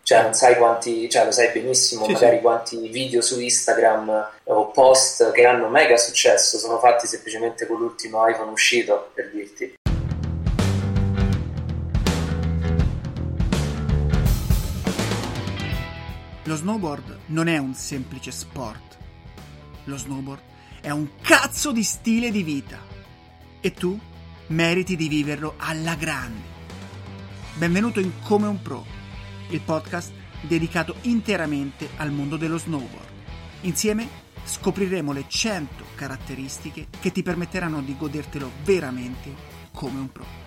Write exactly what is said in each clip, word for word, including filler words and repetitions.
Cioè non sai quanti, cioè lo sai benissimo, sì, magari sì. quanti video su Instagram o post che hanno mega successo sono fatti semplicemente con l'ultimo iPhone uscito, per dirti. Lo snowboard non è un semplice sport. Lo snowboard è un cazzo di stile di vita. E tu meriti di viverlo alla grande. Benvenuto in Come un Pro, il podcast dedicato interamente al mondo dello snowboard. Insieme scopriremo le cento caratteristiche che ti permetteranno di godertelo veramente come un pro.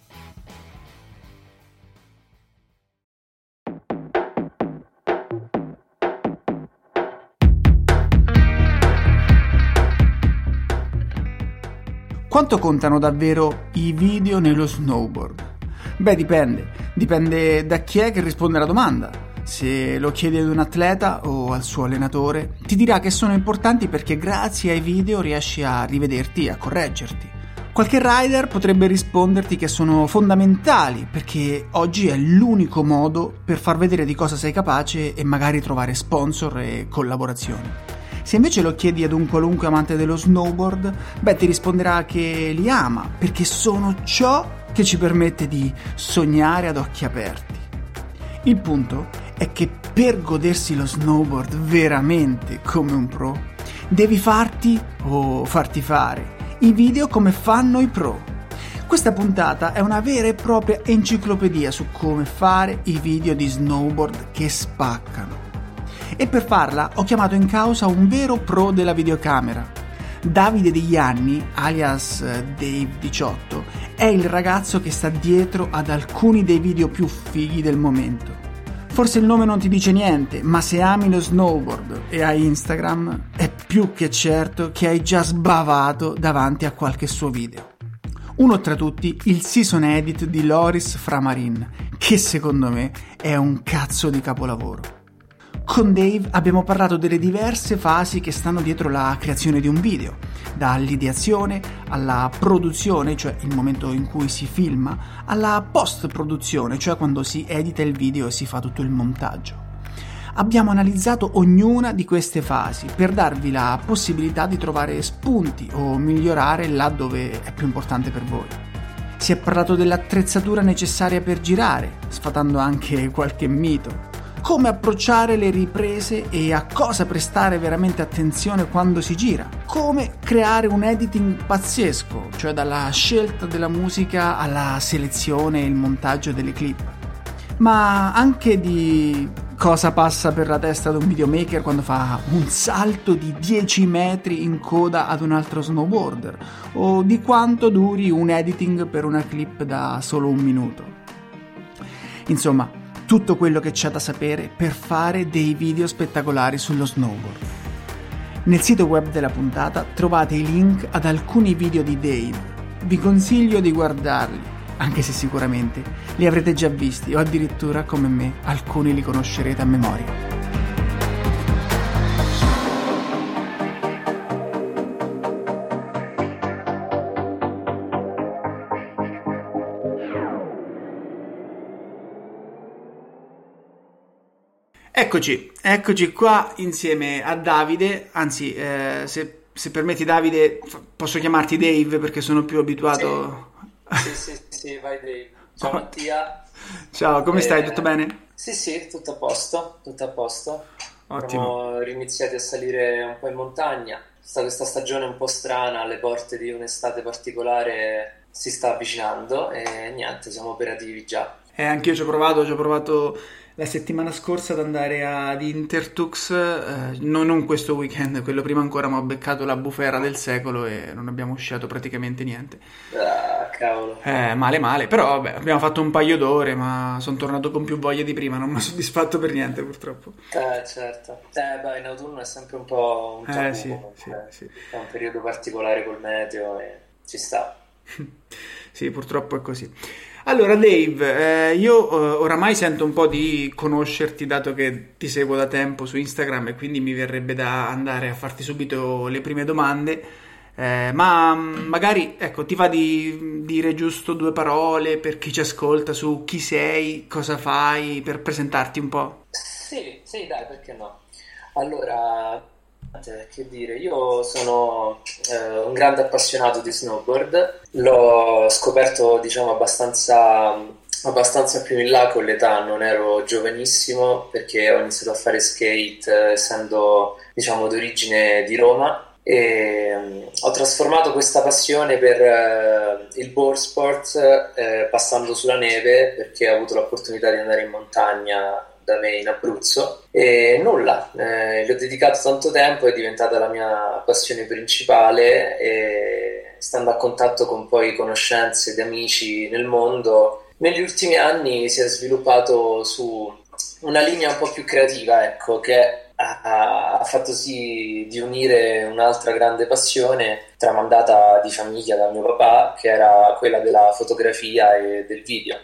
Quanto contano davvero i video nello snowboard? Beh, dipende. Dipende da chi è che risponde alla domanda. Se lo chiedi ad un atleta o al suo allenatore, ti dirà che sono importanti perché grazie ai video riesci a rivederti e a correggerti. Qualche rider potrebbe risponderti che sono fondamentali perché oggi è l'unico modo per far vedere di cosa sei capace e magari trovare sponsor e collaborazioni. Se invece lo chiedi ad un qualunque amante dello snowboard, beh, ti risponderà che li ama perché sono ciò che ci permette di sognare ad occhi aperti. Il punto è che per godersi lo snowboard veramente come un pro, devi farti o farti fare i video come fanno i pro. Questa puntata è una vera e propria enciclopedia su come fare i video di snowboard che spaccano. E per farla ho chiamato in causa un vero pro della videocamera. Davide Diglianni, alias Dave diciotto, è il ragazzo che sta dietro ad alcuni dei video più fighi del momento. Forse il nome non ti dice niente, ma se ami lo snowboard e hai Instagram, è più che certo che hai già sbavato davanti a qualche suo video. Uno tra tutti, il season edit di Loris Framarin, che secondo me è un cazzo di capolavoro. Con Dave abbiamo parlato delle diverse fasi che stanno dietro la creazione di un video, dall'ideazione alla produzione, cioè il momento in cui si filma, alla post-produzione, cioè quando si edita il video e si fa tutto il montaggio. Abbiamo analizzato ognuna di queste fasi per darvi la possibilità di trovare spunti o migliorare là dove è più importante per voi. Si è parlato dell'attrezzatura necessaria per girare, sfatando anche qualche mito. Come approcciare le riprese e a cosa prestare veramente attenzione quando si gira. Come creare un editing pazzesco, cioè dalla scelta della musica alla selezione e il montaggio delle clip. Ma anche di cosa passa per la testa di un videomaker quando fa un salto di dieci metri in coda ad un altro snowboarder, o di quanto duri un editing per una clip da solo un minuto. Insomma, tutto quello che c'è da sapere per fare dei video spettacolari sullo snowboard. Nel sito web della puntata trovate i link ad alcuni video di Dave. Vi consiglio di guardarli, anche se sicuramente li avrete già visti o addirittura, come me, alcuni li conoscerete a memoria. Eccoci, eccoci qua insieme a Davide, anzi eh, se, se permetti Davide posso chiamarti Dave perché sono più abituato. Sì, sì, sì, sì, vai Dave. Ciao Mattia. Ciao, come eh, stai? Tutto bene? Sì, sì, tutto a posto, tutto a posto. Ottimo. Siamo riniziati a salire un po' in montagna. Sta questa stagione un po' strana, alle porte di un'estate particolare si sta avvicinando e niente, siamo operativi già. Eh, anch'io ci ho provato, ci ho provato la settimana scorsa ad andare ad Intertux, eh, non, non questo weekend, quello prima ancora, ma ho beccato la bufera del secolo e non abbiamo sciato praticamente niente. Ah, cavolo. Eh, male male, però vabbè, abbiamo fatto un paio d'ore, ma sono tornato con più voglia di prima, non mi ha soddisfatto per niente purtroppo. Eh, certo. Eh, beh, in autunno è sempre un po' un tabù, eh, sì, sì, eh. sì. È un periodo particolare col meteo e ci sta. Sì, purtroppo è così. Allora Dave, eh, io eh, oramai sento un po' di conoscerti dato che ti seguo da tempo su Instagram e quindi mi verrebbe da andare a farti subito le prime domande. Eh, ma magari, ecco, ti va di dire giusto due parole per chi ci ascolta su chi sei, cosa fai, per presentarti un po'? Sì, sì, dai, perché no? Allora, eh, che dire, io sono eh, un grande appassionato di snowboard, l'ho scoperto, diciamo, abbastanza, abbastanza più in là con l'età, non ero giovanissimo perché ho iniziato a fare skate eh, essendo, diciamo, d'origine di Roma. E um, ho trasformato questa passione per eh, il board sport eh, passando sulla neve perché ho avuto l'opportunità di andare in montagna da me in Abruzzo e nulla, eh, gli ho dedicato tanto tempo, è diventata la mia passione principale e stando a contatto con poi conoscenze ed amici nel mondo, negli ultimi anni si è sviluppato su una linea un po' più creativa, ecco, che ha, ha fatto sì di unire un'altra grande passione tramandata di famiglia da mio papà, che era quella della fotografia e del video.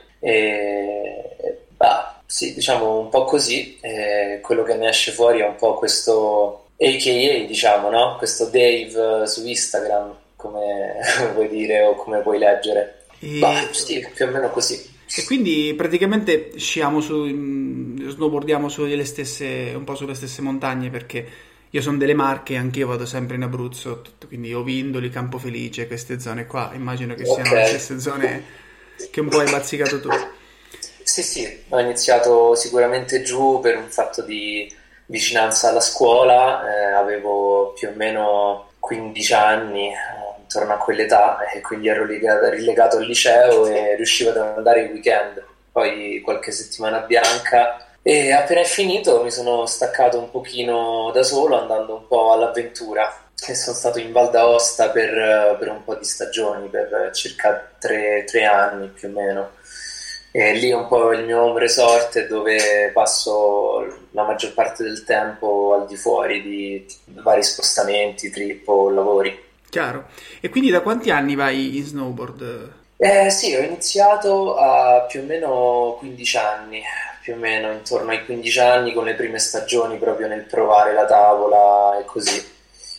E, bah, sì, diciamo un po' così, e quello che ne esce fuori è un po' questo A K A, diciamo, no? Questo Dave su Instagram, come, come puoi dire o come puoi leggere. E... Bah, sì, più o meno così. E quindi praticamente sciamo su, mm, snowboardiamo sulle stesse, un po' sulle stesse montagne perché io sono delle Marche e anche io vado sempre in Abruzzo, tutto, quindi Ovindoli, Campofelice, queste zone qua, immagino che siano Okay. le stesse zone che un po' hai bazzicato tu. Sì, sì, ho iniziato sicuramente giù per un fatto di vicinanza alla scuola, eh, avevo più o meno quindici anni, eh, intorno a quell'età, e quindi ero lega- rilegato al liceo e riuscivo ad andare il weekend, poi qualche settimana bianca e appena è finito mi sono staccato un pochino da solo andando un po' all'avventura e sono stato in Val d'Aosta per, eh, per un po' di stagioni, per circa tre, tre anni più o meno. E lì è un po' il mio home resort dove passo la maggior parte del tempo al di fuori di vari spostamenti, trip o lavori. Chiaro. E quindi da quanti anni vai in snowboard? Eh sì, ho iniziato a più o meno quindici anni, più o meno intorno ai quindici anni con le prime stagioni proprio nel provare la tavola e così.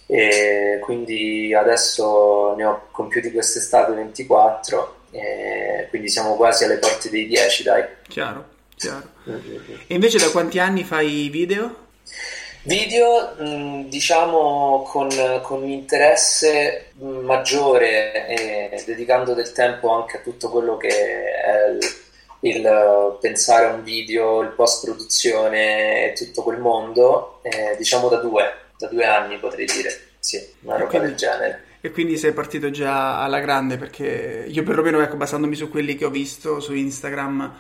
E quindi adesso ne ho compiuti quest'estate ventiquattro, e quindi siamo quasi alle porte dei dieci, dai. Chiaro, chiaro. Mm-hmm. E invece da quanti anni fai video? Video, mh, diciamo con, con un interesse maggiore e dedicando del tempo anche a tutto quello che è il, il pensare a un video, il post-produzione e tutto quel mondo, eh, diciamo da due, da due anni potrei dire, sì, una E roba quindi, del genere. e quindi sei partito già alla grande perché io perlomeno, ecco, basandomi su quelli che ho visto su Instagram,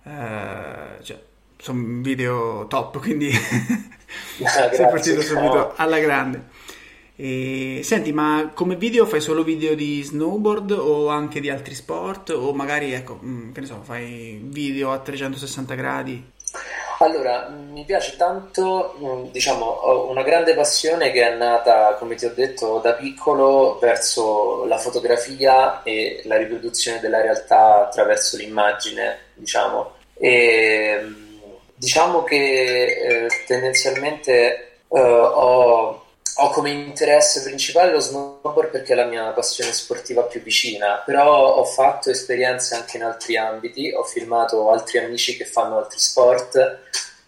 eh, cioè, sono video top, quindi Ah, sei grazie, partito subito no. alla grande. E, senti, ma come video fai solo video di snowboard o anche di altri sport? O magari, ecco, mm, che ne so, fai video a trecentosessanta gradi? Allora, mi piace tanto, mh, diciamo, ho una grande passione che è nata, come ti ho detto, da piccolo verso la fotografia e la riproduzione della realtà attraverso l'immagine, diciamo. E mh, diciamo che eh, tendenzialmente eh, ho, ho come interesse principale lo snowboard perché è la mia passione sportiva più vicina, però ho fatto esperienze anche in altri ambiti, ho filmato altri amici che fanno altri sport,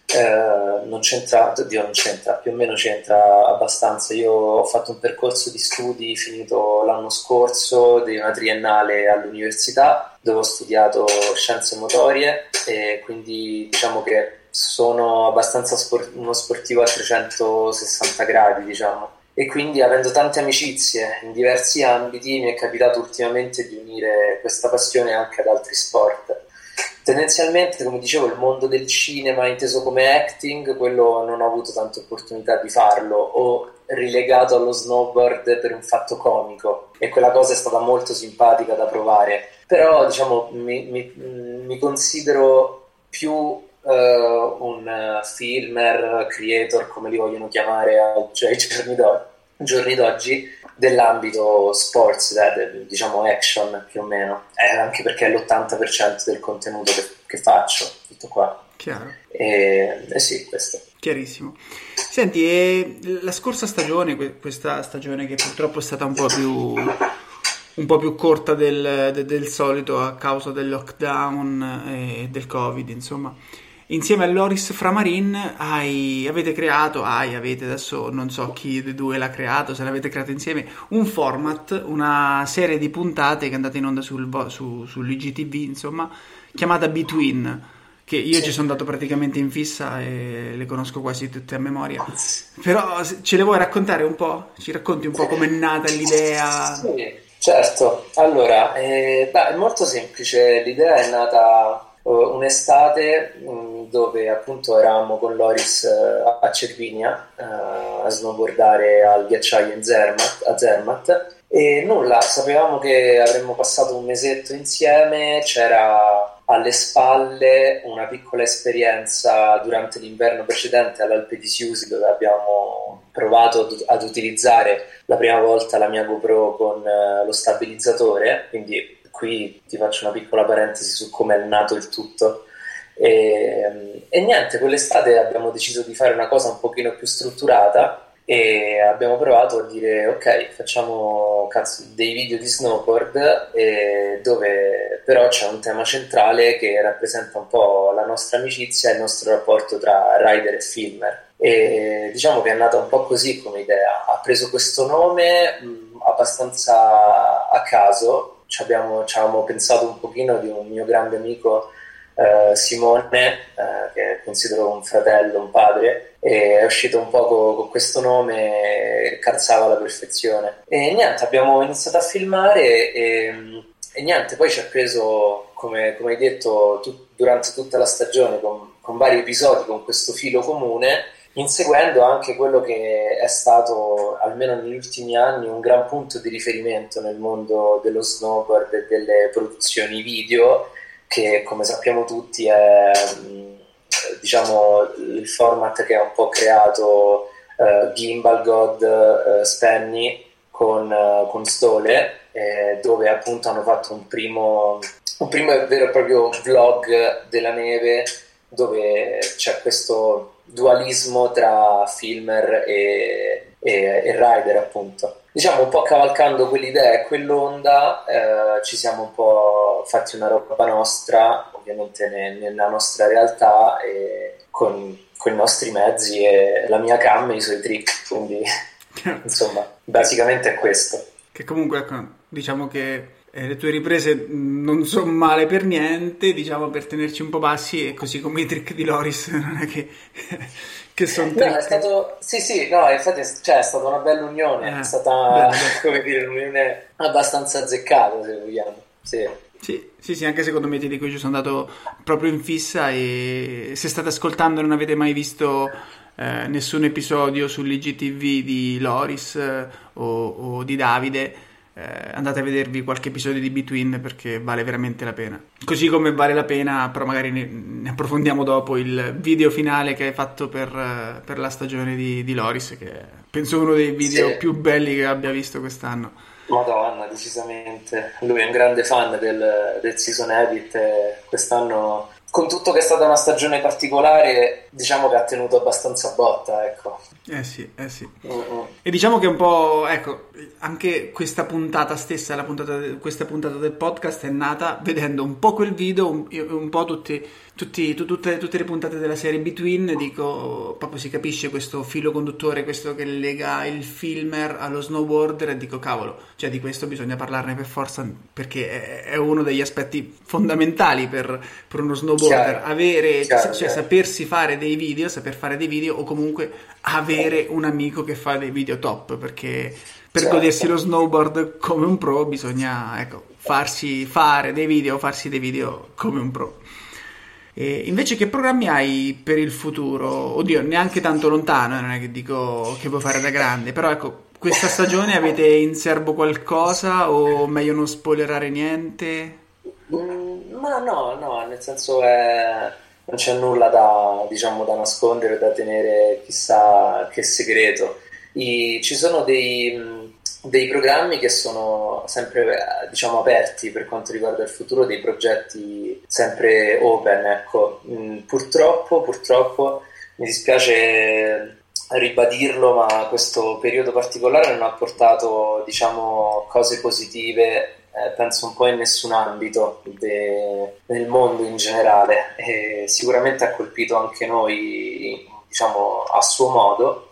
eh, non c'entra, oddio, non c'entra, più o meno c'entra abbastanza. Io ho fatto un percorso di studi finito l'anno scorso di una triennale all'università dove ho studiato scienze motorie e quindi diciamo che sono abbastanza sport- uno sportivo a trecentosessanta gradi, diciamo. E quindi avendo tante amicizie in diversi ambiti mi è capitato ultimamente di unire questa passione anche ad altri sport. Tendenzialmente, come dicevo, il mondo del cinema inteso come acting, quello non ho avuto tante opportunità di farlo, ho rilegato allo snowboard per un fatto comico e quella cosa è stata molto simpatica da provare, però diciamo mi, mi, mi considero più Uh, un uh, filmer, creator, come li vogliono chiamare oggi, ai giorni, d'o- giorni d'oggi, dell'ambito sports, eh, del- diciamo action più o meno, eh, anche perché è l'ottanta per cento del contenuto che, che faccio, tutto qua. Chiaro. E, eh sì, questo. Chiarissimo. Senti, e la scorsa stagione, questa stagione che purtroppo è stata un po' più, un po' più corta del, del, del solito a causa del lockdown e del Covid, insomma, insieme a Loris Framarin hai, avete creato, hai, avete, adesso non so chi dei due l'ha creato, se l'avete creato insieme, un format, una serie di puntate che è andata in onda sul, su, sull'I G T V, insomma, chiamata Between, che io sì. ci sono andato praticamente in fissa e le conosco quasi tutte a memoria, però ce le vuoi raccontare un po'? Ci racconti un po' com'è nata l'idea? Sì, certo. Allora, eh, beh, è molto semplice, l'idea è nata uh, un'estate um, dove appunto eravamo con Loris uh, a Cervinia uh, a snowboardare al ghiacciaio in Zermatt, a Zermatt, e nulla, sapevamo che avremmo passato un mesetto insieme, c'era alle spalle una piccola esperienza durante l'inverno precedente all'Alpe di Siusi, dove abbiamo provato ad utilizzare la prima volta la mia GoPro con uh, lo stabilizzatore, quindi qui ti faccio una piccola parentesi su come è nato il tutto. E, e niente, quell'estate abbiamo deciso di fare una cosa un pochino più strutturata e abbiamo provato a dire ok, facciamo cazzo, dei video di snowboard eh, dove però c'è un tema centrale che rappresenta un po' la nostra amicizia e il nostro rapporto tra rider e filmer, e diciamo che è nata un po' così come idea. Ha preso questo nome mh, abbastanza a caso, ci abbiamo, ci avevamo pensato un pochino di un mio grande amico Uh, Simone, uh, che considero un fratello, un padre, e è uscito un po' con, con questo nome, calzava alla perfezione. E niente, abbiamo iniziato a filmare e, e niente, poi ci ha preso, come, come hai detto, tu, durante tutta la stagione con, con vari episodi, con questo filo comune, inseguendo anche quello che è stato, almeno negli ultimi anni, un gran punto di riferimento nel mondo dello snowboard e delle produzioni video, che come sappiamo tutti è diciamo il format che ha un po' creato uh, Gimbal God uh, Spenny con, uh, con Stole, eh, dove appunto hanno fatto un primo, un primo vero e proprio vlog della neve, dove c'è questo dualismo tra filmer e, e, e rider, appunto. Diciamo un po' cavalcando quell'idea e quell'onda, eh, ci siamo un po' fatti una roba nostra, ovviamente ne, nella nostra realtà e con, con i nostri mezzi e la mia cam e i suoi trick, quindi insomma basicamente è questo. Che comunque ecco, diciamo che eh, le tue riprese non sono male per niente, diciamo, per tenerci un po' bassi, e così come i trick di Loris non è che... che sono no, è stato sì sì no infatti è, cioè, è stata una bella unione, eh, è stata bello, come dire un'unione abbastanza azzeccata, se vogliamo. Sì. Sì, sì, sì, anche secondo me, ti dico, io sono andato proprio in fissa, e se state ascoltando e non avete mai visto eh, nessun episodio sull'I G T V di Loris eh, o, o di Davide, eh, andate a vedervi qualche episodio di Between, perché vale veramente la pena. Così come vale la pena, però magari ne, ne approfondiamo dopo, il video finale che hai fatto per, per la stagione di, di Loris, che è, penso, uno dei video sì. più belli che abbia visto quest'anno. Madonna, decisamente. Lui è un grande fan del, del season edit e quest'anno, con tutto che è stata una stagione particolare, diciamo che ha tenuto abbastanza botta, ecco. Eh sì, eh sì. Uh-uh. E diciamo che un po', ecco, anche questa puntata stessa, la puntata de- questa puntata del podcast è nata vedendo un po' quel video, un, un po' tutti, tutti, tu, tutte, tutte le puntate della serie Between, dico, proprio si capisce questo filo conduttore, questo che lega il filmer allo snowboarder, e dico, cavolo, cioè di questo bisogna parlarne per forza, perché è, è uno degli aspetti fondamentali per, per uno snowboarder, chiaro, avere, chiaro, cioè chiaro. sapersi fare dei video, saper fare dei video, o comunque avere un amico che fa dei video top, perché per certo. godersi lo snowboard come un pro bisogna, ecco, farsi fare dei video, farsi dei video come un pro. E invece che programmi hai per il futuro? Oddio, neanche tanto lontano, non è che dico che vuoi fare da grande, però ecco, questa stagione avete in serbo qualcosa, o meglio non spoilerare niente? Mm, ma no, no, nel senso è... non c'è nulla da, diciamo, da nascondere, da tenere chissà che segreto. I, ci sono dei, dei programmi che sono sempre, diciamo, aperti per quanto riguarda il futuro, dei progetti sempre open, ecco. Mm, purtroppo, purtroppo mi dispiace ribadirlo, ma questo periodo particolare non ha portato, diciamo, cose positive, eh, penso un po' in nessun ambito de- nel mondo in generale, e sicuramente ha colpito anche noi, diciamo, a suo modo.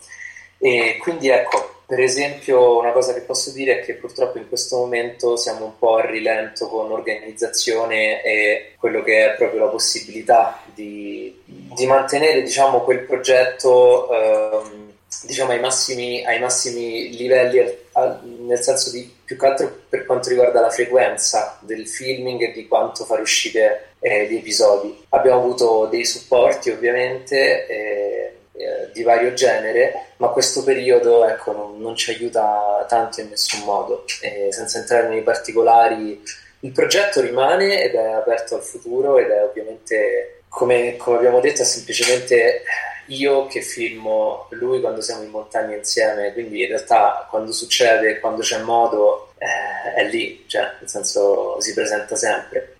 E quindi ecco, per esempio, una cosa che posso dire è che purtroppo in questo momento siamo un po' a rilento con l'organizzazione e quello che è proprio la possibilità di, di mantenere, diciamo, quel progetto ehm, diciamo ai massimi, ai massimi livelli, al, al, nel senso di, più che altro per quanto riguarda la frequenza del filming e di quanto far uscire eh, gli episodi. Abbiamo avuto dei supporti ovviamente eh, di vario genere, ma questo periodo ecco non, non ci aiuta tanto in nessun modo, e senza entrare nei particolari il progetto rimane ed è aperto al futuro, ed è ovviamente, come, come abbiamo detto, è semplicemente io che filmo lui quando siamo in montagna insieme, quindi in realtà quando succede, quando c'è modo eh, è lì, cioè nel senso si presenta sempre.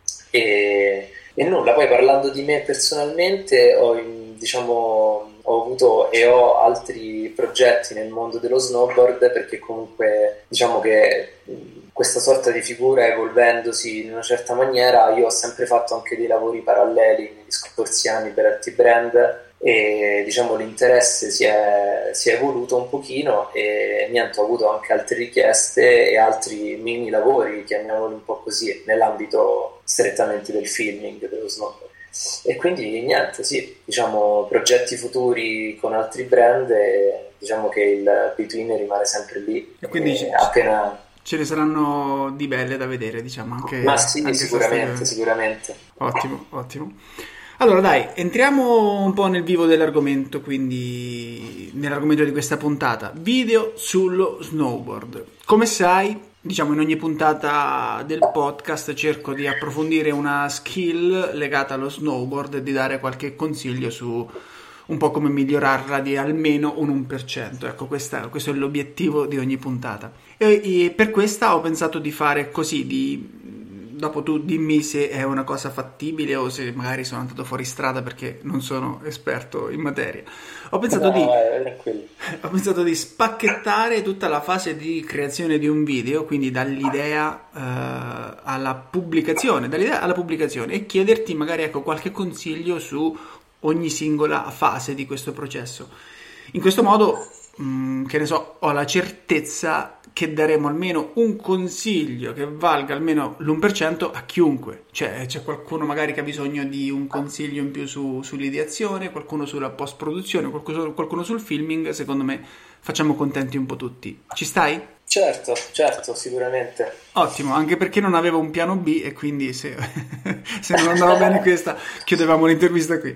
E, e nulla, poi parlando di me personalmente, ho diciamo ho avuto e ho altri progetti nel mondo dello snowboard, perché comunque diciamo che questa sorta di figura, evolvendosi in una certa maniera, io ho sempre fatto anche dei lavori paralleli negli scorsi anni per altri brand, e diciamo l'interesse si è, si è evoluto un pochino, e niente, ho avuto anche altre richieste e altri mini lavori, chiamiamoli un po' così, nell'ambito strettamente del filming, dello snowboard. E quindi niente, sì, diciamo progetti futuri con altri brand, e diciamo che il Between rimane sempre lì, e quindi e appena ce ne saranno di belle da vedere, diciamo, anche ma sì, anche sicuramente, sicuramente. Ottimo, ottimo. Allora dai, entriamo un po' nel vivo dell'argomento, quindi nell'argomento di questa puntata, video sullo snowboard. Come sai, diciamo in ogni puntata del podcast cerco di approfondire una skill legata allo snowboard e di dare qualche consiglio su un po' come migliorarla di almeno un uno per cento. Ecco, questa, questo è l'obiettivo di ogni puntata. E, e per questa ho pensato di fare così, di... dopo tu dimmi se è una cosa fattibile o se magari sono andato fuori strada perché non sono esperto in materia. Ho pensato, no, di, eh, ho pensato di spacchettare tutta la fase di creazione di un video, quindi dall'idea uh, alla pubblicazione, dall'idea alla pubblicazione, e chiederti magari ecco qualche consiglio su ogni singola fase di questo processo. In questo modo, mh, che ne so, ho la certezza che daremo almeno un consiglio che valga almeno l'uno per cento a chiunque. Cioè c'è qualcuno magari che ha bisogno di un consiglio in più su, sull'ideazione, qualcuno sulla post-produzione, qualcuno, qualcuno sul filming. Secondo me facciamo contenti un po' tutti. Ci stai? Certo, certo, sicuramente. Ottimo, anche perché non avevo un piano B e quindi se, se non andava bene questa chiudevamo l'intervista qui.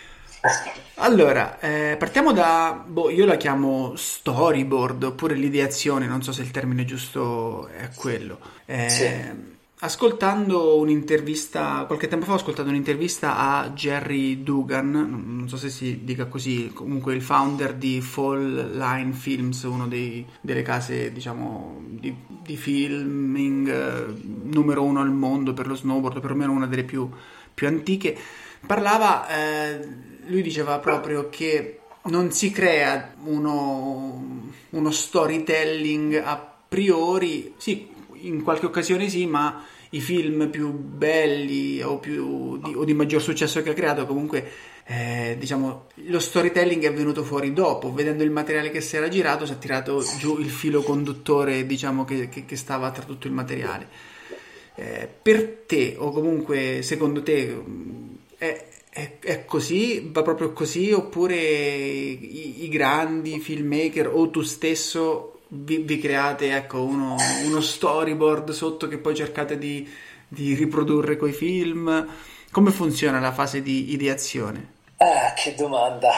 Allora, eh, partiamo da, boh, io la chiamo storyboard oppure l'ideazione, non so se il termine giusto è quello. Eh, Sì. Ascoltando un'intervista, qualche tempo fa ho ascoltato un'intervista a Jerry Dugan, non so se si dica così, comunque il founder di Fall Line Films, uno dei, delle case, diciamo, di, di filming eh, numero uno al mondo per lo snowboard, perlomeno una delle più, più antiche. Parlava... Eh, lui diceva proprio che non si crea uno, uno storytelling a priori, sì, in qualche occasione sì, ma i film più belli o, più di, o di maggior successo che ha creato, comunque eh, diciamo lo storytelling è venuto fuori dopo, vedendo il materiale che si era girato, si è tirato giù il filo conduttore, diciamo, che, che, che stava tra tutto il materiale. Eh, per te, o comunque secondo te, è È, è così? Va proprio così? Oppure i, i grandi filmmaker o tu stesso vi, vi create ecco uno, uno storyboard sotto che poi cercate di, di riprodurre coi film? Come funziona la fase di ideazione? Ah, che domanda!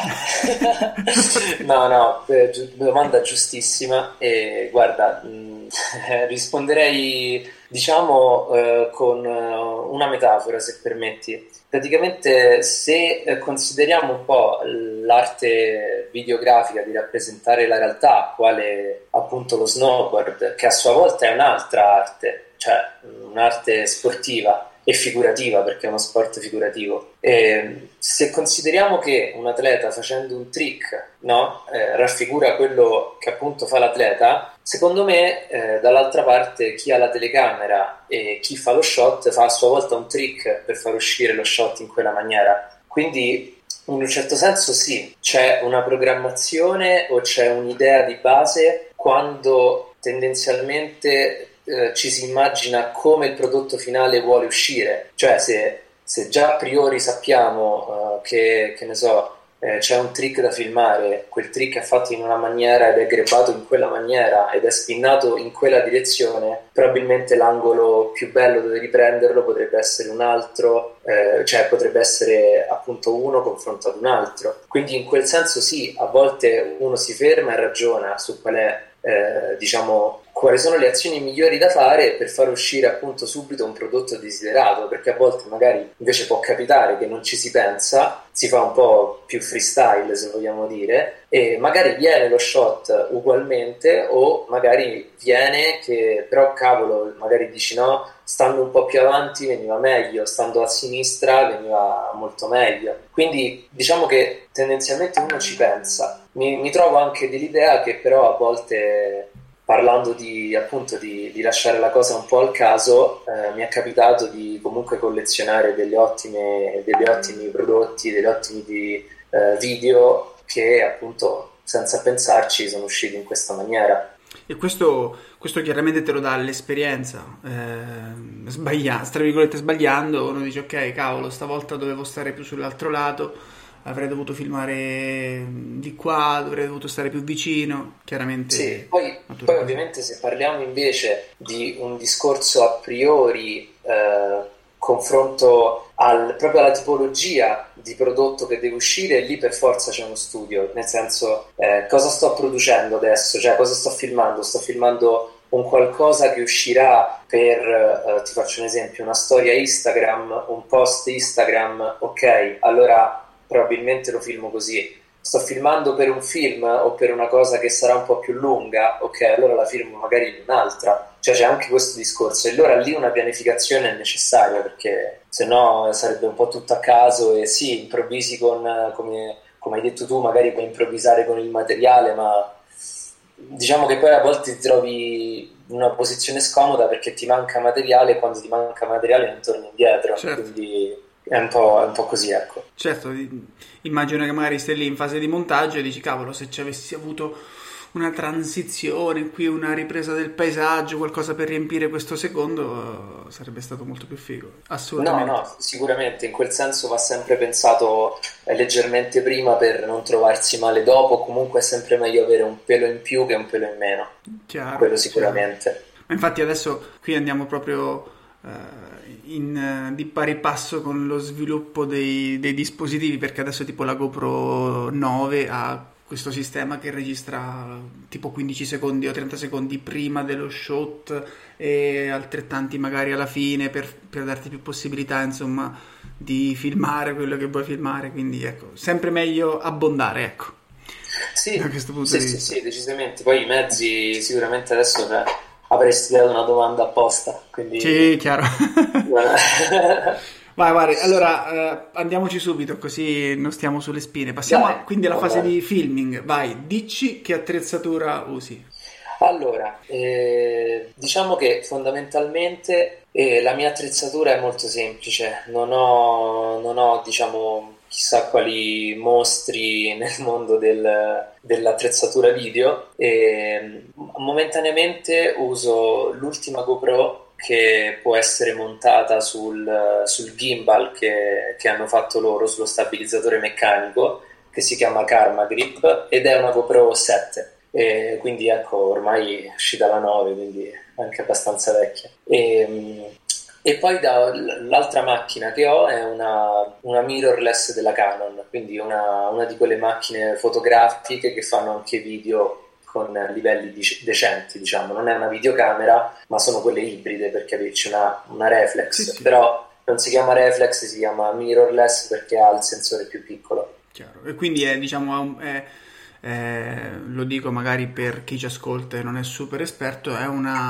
no, no, eh, gi- domanda giustissima, e guarda, mh, risponderei, diciamo, eh, con eh, una metafora, se permetti. Praticamente, se eh, consideriamo un po' l'arte videografica di rappresentare la realtà, quale appunto lo snowboard, che a sua volta è un'altra arte, cioè un'arte sportiva, e figurativa, perché è uno sport figurativo. E se consideriamo che un atleta facendo un trick, no, eh, raffigura quello che appunto fa l'atleta, secondo me eh, dall'altra parte chi ha la telecamera e chi fa lo shot fa a sua volta un trick per far uscire lo shot in quella maniera. Quindi in un certo senso sì, c'è una programmazione o c'è un'idea di base quando tendenzialmente eh, ci si immagina come il prodotto finale vuole uscire. Cioè se, se già a priori sappiamo uh, che, che ne so, eh, c'è un trick da filmare, quel trick è fatto in una maniera ed è grabbato in quella maniera ed è spinnato in quella direzione, probabilmente l'angolo più bello dove riprenderlo potrebbe essere un altro, eh, cioè potrebbe essere appunto uno confronto ad un altro. Quindi in quel senso sì, a volte uno si ferma e ragiona su qual è, eh, diciamo, quali sono le azioni migliori da fare per far uscire appunto subito un prodotto desiderato, perché a volte magari invece può capitare che non ci si pensa, si fa un po' più freestyle se vogliamo dire, e magari viene lo shot ugualmente o magari viene che però cavolo, magari dici no, stando un po' più avanti veniva meglio, stando a sinistra veniva molto meglio. Quindi diciamo che tendenzialmente uno ci pensa. Mi, mi trovo anche dell'idea che però a volte, parlando di appunto di, di lasciare la cosa un po' al caso, eh, mi è capitato di comunque collezionare delle ottime, degli ottimi prodotti, degli ottimi di, eh, video che appunto senza pensarci sono usciti in questa maniera. E questo, questo chiaramente te lo dà l'esperienza, eh, sbaglia, tra virgolette sbagliando, uno dice ok cavolo stavolta dovevo stare più sull'altro lato, avrei dovuto filmare di qua, avrei dovuto stare più vicino, chiaramente. Sì, poi, poi ovviamente se parliamo invece di un discorso a priori, eh, confronto al, proprio alla tipologia di prodotto che deve uscire, lì per forza c'è uno studio, nel senso eh, cosa sto producendo adesso, cioè cosa sto filmando, sto filmando un qualcosa che uscirà per, eh, ti faccio un esempio, una storia Instagram, un post Instagram, ok, allora probabilmente lo filmo così. Sto filmando per un film o per una cosa che sarà un po' più lunga, ok, allora la filmo magari in un'altra. Cioè c'è anche questo discorso e allora lì una pianificazione è necessaria, perché se no sarebbe un po' tutto a caso e sì, improvvisi con, come, come hai detto tu, magari puoi improvvisare con il materiale, ma diciamo che poi a volte ti trovi in una posizione scomoda perché ti manca materiale e quando ti manca materiale non torni indietro, certo. Quindi è un po', è un po' così, ecco. Certo, immagino che magari stai lì in fase di montaggio e dici cavolo, se ci avessi avuto una transizione qui, una ripresa del paesaggio, qualcosa per riempire questo secondo, sarebbe stato molto più figo, assolutamente. No, no, sicuramente in quel senso va sempre pensato eh, leggermente prima per non trovarsi male dopo, comunque è sempre meglio avere un pelo in più che un pelo in meno, chiaro, quello sicuramente. Chiaro. Ma infatti adesso qui andiamo proprio uh, in, uh, di pari passo con lo sviluppo dei, dei dispositivi, perché adesso tipo la GoPro nove ha questo sistema che registra tipo quindici secondi o trenta secondi prima dello shot e altrettanti magari alla fine per, per darti più possibilità insomma di filmare quello che vuoi filmare, quindi ecco, sempre meglio abbondare, ecco. Sì, da questo punto sì, di vista. Sì, sì, decisamente. Poi i mezzi sicuramente adesso beh, avresti dato una domanda apposta, quindi... Sì, chiaro. Vai, vai, allora eh, andiamoci subito così non stiamo sulle spine. Passiamo Dai, a, quindi alla fase vai. di filming. Vai, dici che attrezzatura usi. Allora, eh, diciamo che fondamentalmente eh, la mia attrezzatura è molto semplice. Non ho, non ho diciamo, chissà quali mostri nel mondo del, dell'attrezzatura video. E, momentaneamente uso l'ultima GoPro che può essere montata sul, sul gimbal che, che hanno fatto loro, sullo stabilizzatore meccanico, che si chiama Karma Grip, ed è una GoPro sette, e quindi ecco, ormai è uscita la nove, quindi anche abbastanza vecchia. E, e poi da, l'altra macchina che ho è una, una mirrorless della Canon, quindi una, una di quelle macchine fotografiche che fanno anche video con livelli decenti, diciamo. Non è una videocamera, ma sono quelle ibride, per capirci, una, una reflex, sì, sì. Però non si chiama reflex, si chiama mirrorless perché ha il sensore più piccolo. Chiaro. E quindi è, diciamo, è, è, lo dico magari per chi ci ascolta e non è super esperto, è una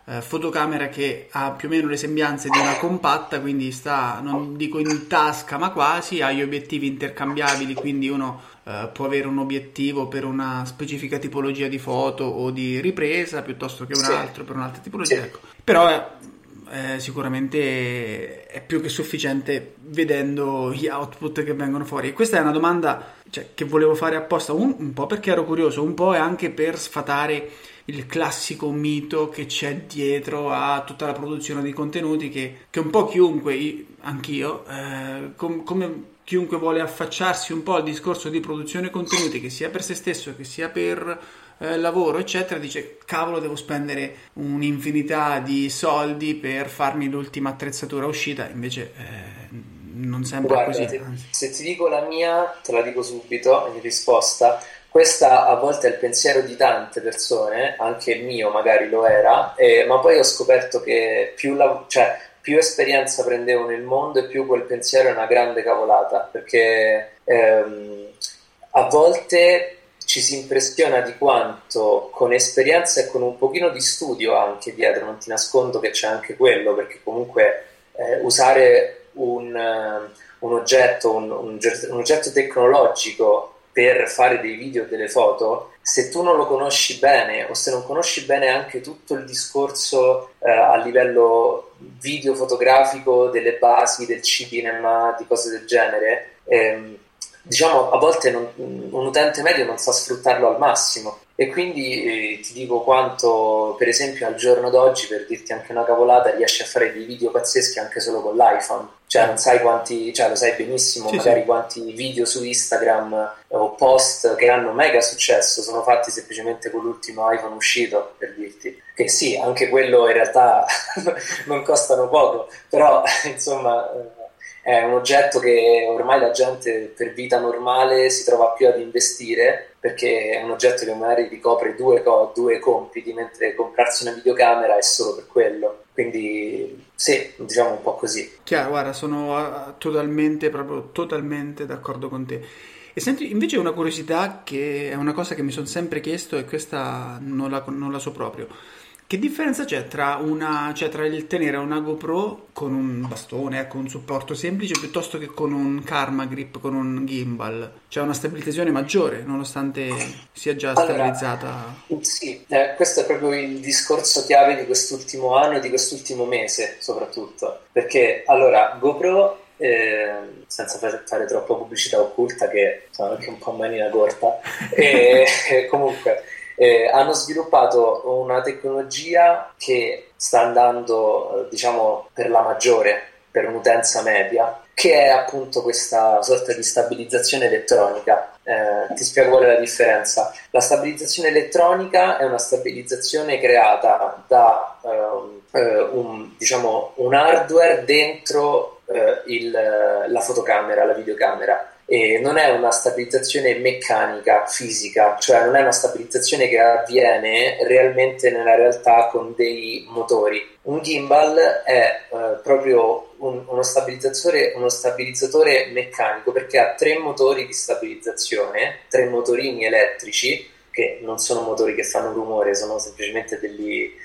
eh, fotocamera che ha più o meno le sembianze di una compatta, quindi sta, non dico in tasca, ma quasi, ha gli obiettivi intercambiabili, quindi uno eh, può avere un obiettivo per una specifica tipologia di foto o di ripresa piuttosto che un Sì, altro per un'altra tipologia, sì, ecco. Però è, eh, sicuramente è più che sufficiente vedendo gli output che vengono fuori. E questa è una domanda, cioè, che volevo fare apposta, un, un po' perché ero curioso, un po' è anche per sfatare il classico mito che c'è dietro a tutta la produzione di contenuti che, che un po' chiunque, io- anch'io, eh, com- come chiunque vuole affacciarsi un po' al discorso di produzione contenuti, che sia per se stesso, che sia per eh, lavoro, eccetera, dice cavolo, devo spendere un'infinità di soldi per farmi l'ultima attrezzatura uscita, invece eh, non sempre è guarda, così, te- anzi. se ti dico la mia, te la dico subito in risposta. Questa a volte è il pensiero di tante persone, anche il mio magari lo era, eh, ma poi ho scoperto che più, la- cioè, più esperienza prendevo nel mondo e più quel pensiero è una grande cavolata, perché ehm, a volte ci si impressiona di quanto con esperienza e con un pochino di studio anche dietro, non ti nascondo che c'è anche quello, perché comunque eh, usare un, eh, un oggetto, un, un ger- un oggetto tecnologico per fare dei video o delle foto, se tu non lo conosci bene o se non conosci bene anche tutto il discorso eh, a livello video fotografico, delle basi del cinema, di cose del genere, ehm, diciamo a volte non- un utente medio non sa sfruttarlo al massimo. E quindi eh, ti dico quanto, per esempio, al giorno d'oggi, per dirti anche una cavolata, riesci a fare dei video pazzeschi anche solo con l'iPhone. Cioè, non sai quanti, cioè lo sai benissimo, Sì, magari sì. quanti video su Instagram eh, o post che hanno mega successo sono fatti semplicemente con l'ultimo iPhone uscito, per dirti. Che sì, anche quello in realtà non costano poco, però insomma eh, è un oggetto che ormai la gente per vita normale si trova più ad investire, perché è un oggetto che magari ricopre due, co- due compiti, mentre comprarsi una videocamera è solo per quello. Quindi sì, diciamo un po' così. Chiaro, guarda, sono ah, totalmente, proprio totalmente d'accordo con te. E senti, invece una curiosità che è una cosa che mi sono sempre chiesto e questa non la, non la so proprio. Che differenza c'è tra una, cioè tra il tenere una GoPro con un bastone, ecco, un supporto semplice, piuttosto che con un Karma Grip, con un gimbal? C'è una stabilizzazione maggiore, nonostante sia già Allora, stabilizzata. sì, eh, questo è proprio il discorso chiave di quest'ultimo anno e di quest'ultimo mese, soprattutto. Perché, allora, GoPro, eh, senza fare, fare troppa pubblicità occulta, che sono anche un po' manina corta, e, e comunque eh, hanno sviluppato una tecnologia che sta andando, eh, diciamo, per la maggiore, per un'utenza media, che è appunto questa sorta di stabilizzazione elettronica. Eh, ti spiego qual è la differenza. La stabilizzazione elettronica è una stabilizzazione creata da ehm, eh, un, diciamo, un hardware dentro eh, il, la fotocamera, la videocamera. E non è una stabilizzazione meccanica, fisica, cioè non è una stabilizzazione che avviene realmente nella realtà con dei motori. Un gimbal è eh, proprio un- uno stabilizzatore, uno stabilizzatore meccanico, perché ha tre motori di stabilizzazione, tre motorini elettrici, che non sono motori che fanno rumore, sono semplicemente degli,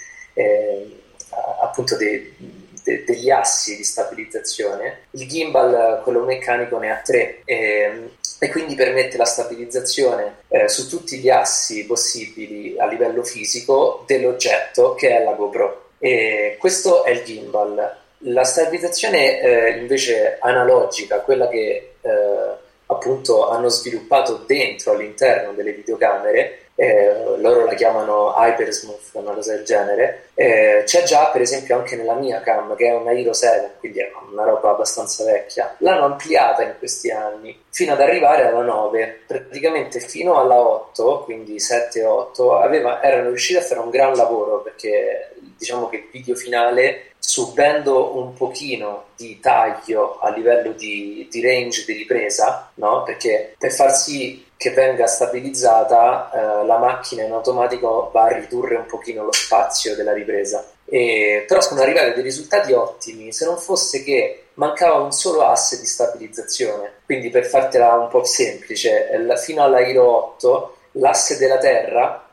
eh, appunto dei, de- degli assi di stabilizzazione. Il gimbal, quello meccanico, ne ha tre, ehm, e quindi permette la stabilizzazione eh, su tutti gli assi possibili a livello fisico dell'oggetto, che è la GoPro. E questo è il gimbal. La stabilizzazione eh, invece analogica, quella che eh, appunto hanno sviluppato dentro, all'interno delle videocamere, eh, loro la chiamano Hypersmooth, una cosa del genere, eh, c'è già per esempio anche nella mia cam, che è una Hero sette, quindi è una roba abbastanza vecchia. L'hanno ampliata in questi anni fino ad arrivare alla nove, praticamente fino alla otto, quindi sette otto, aveva, erano riusciti a fare un gran lavoro, perché diciamo che il video finale, subendo un pochino di taglio a livello di, di range di ripresa, no? Perché per far sì che venga stabilizzata eh, la macchina in automatico va a ridurre un pochino lo spazio della ripresa. E, però sono arrivati a dei risultati ottimi, se non fosse che mancava un solo asse di stabilizzazione. Quindi, per fartela un po' semplice, fino alla Hero otto l'asse della terra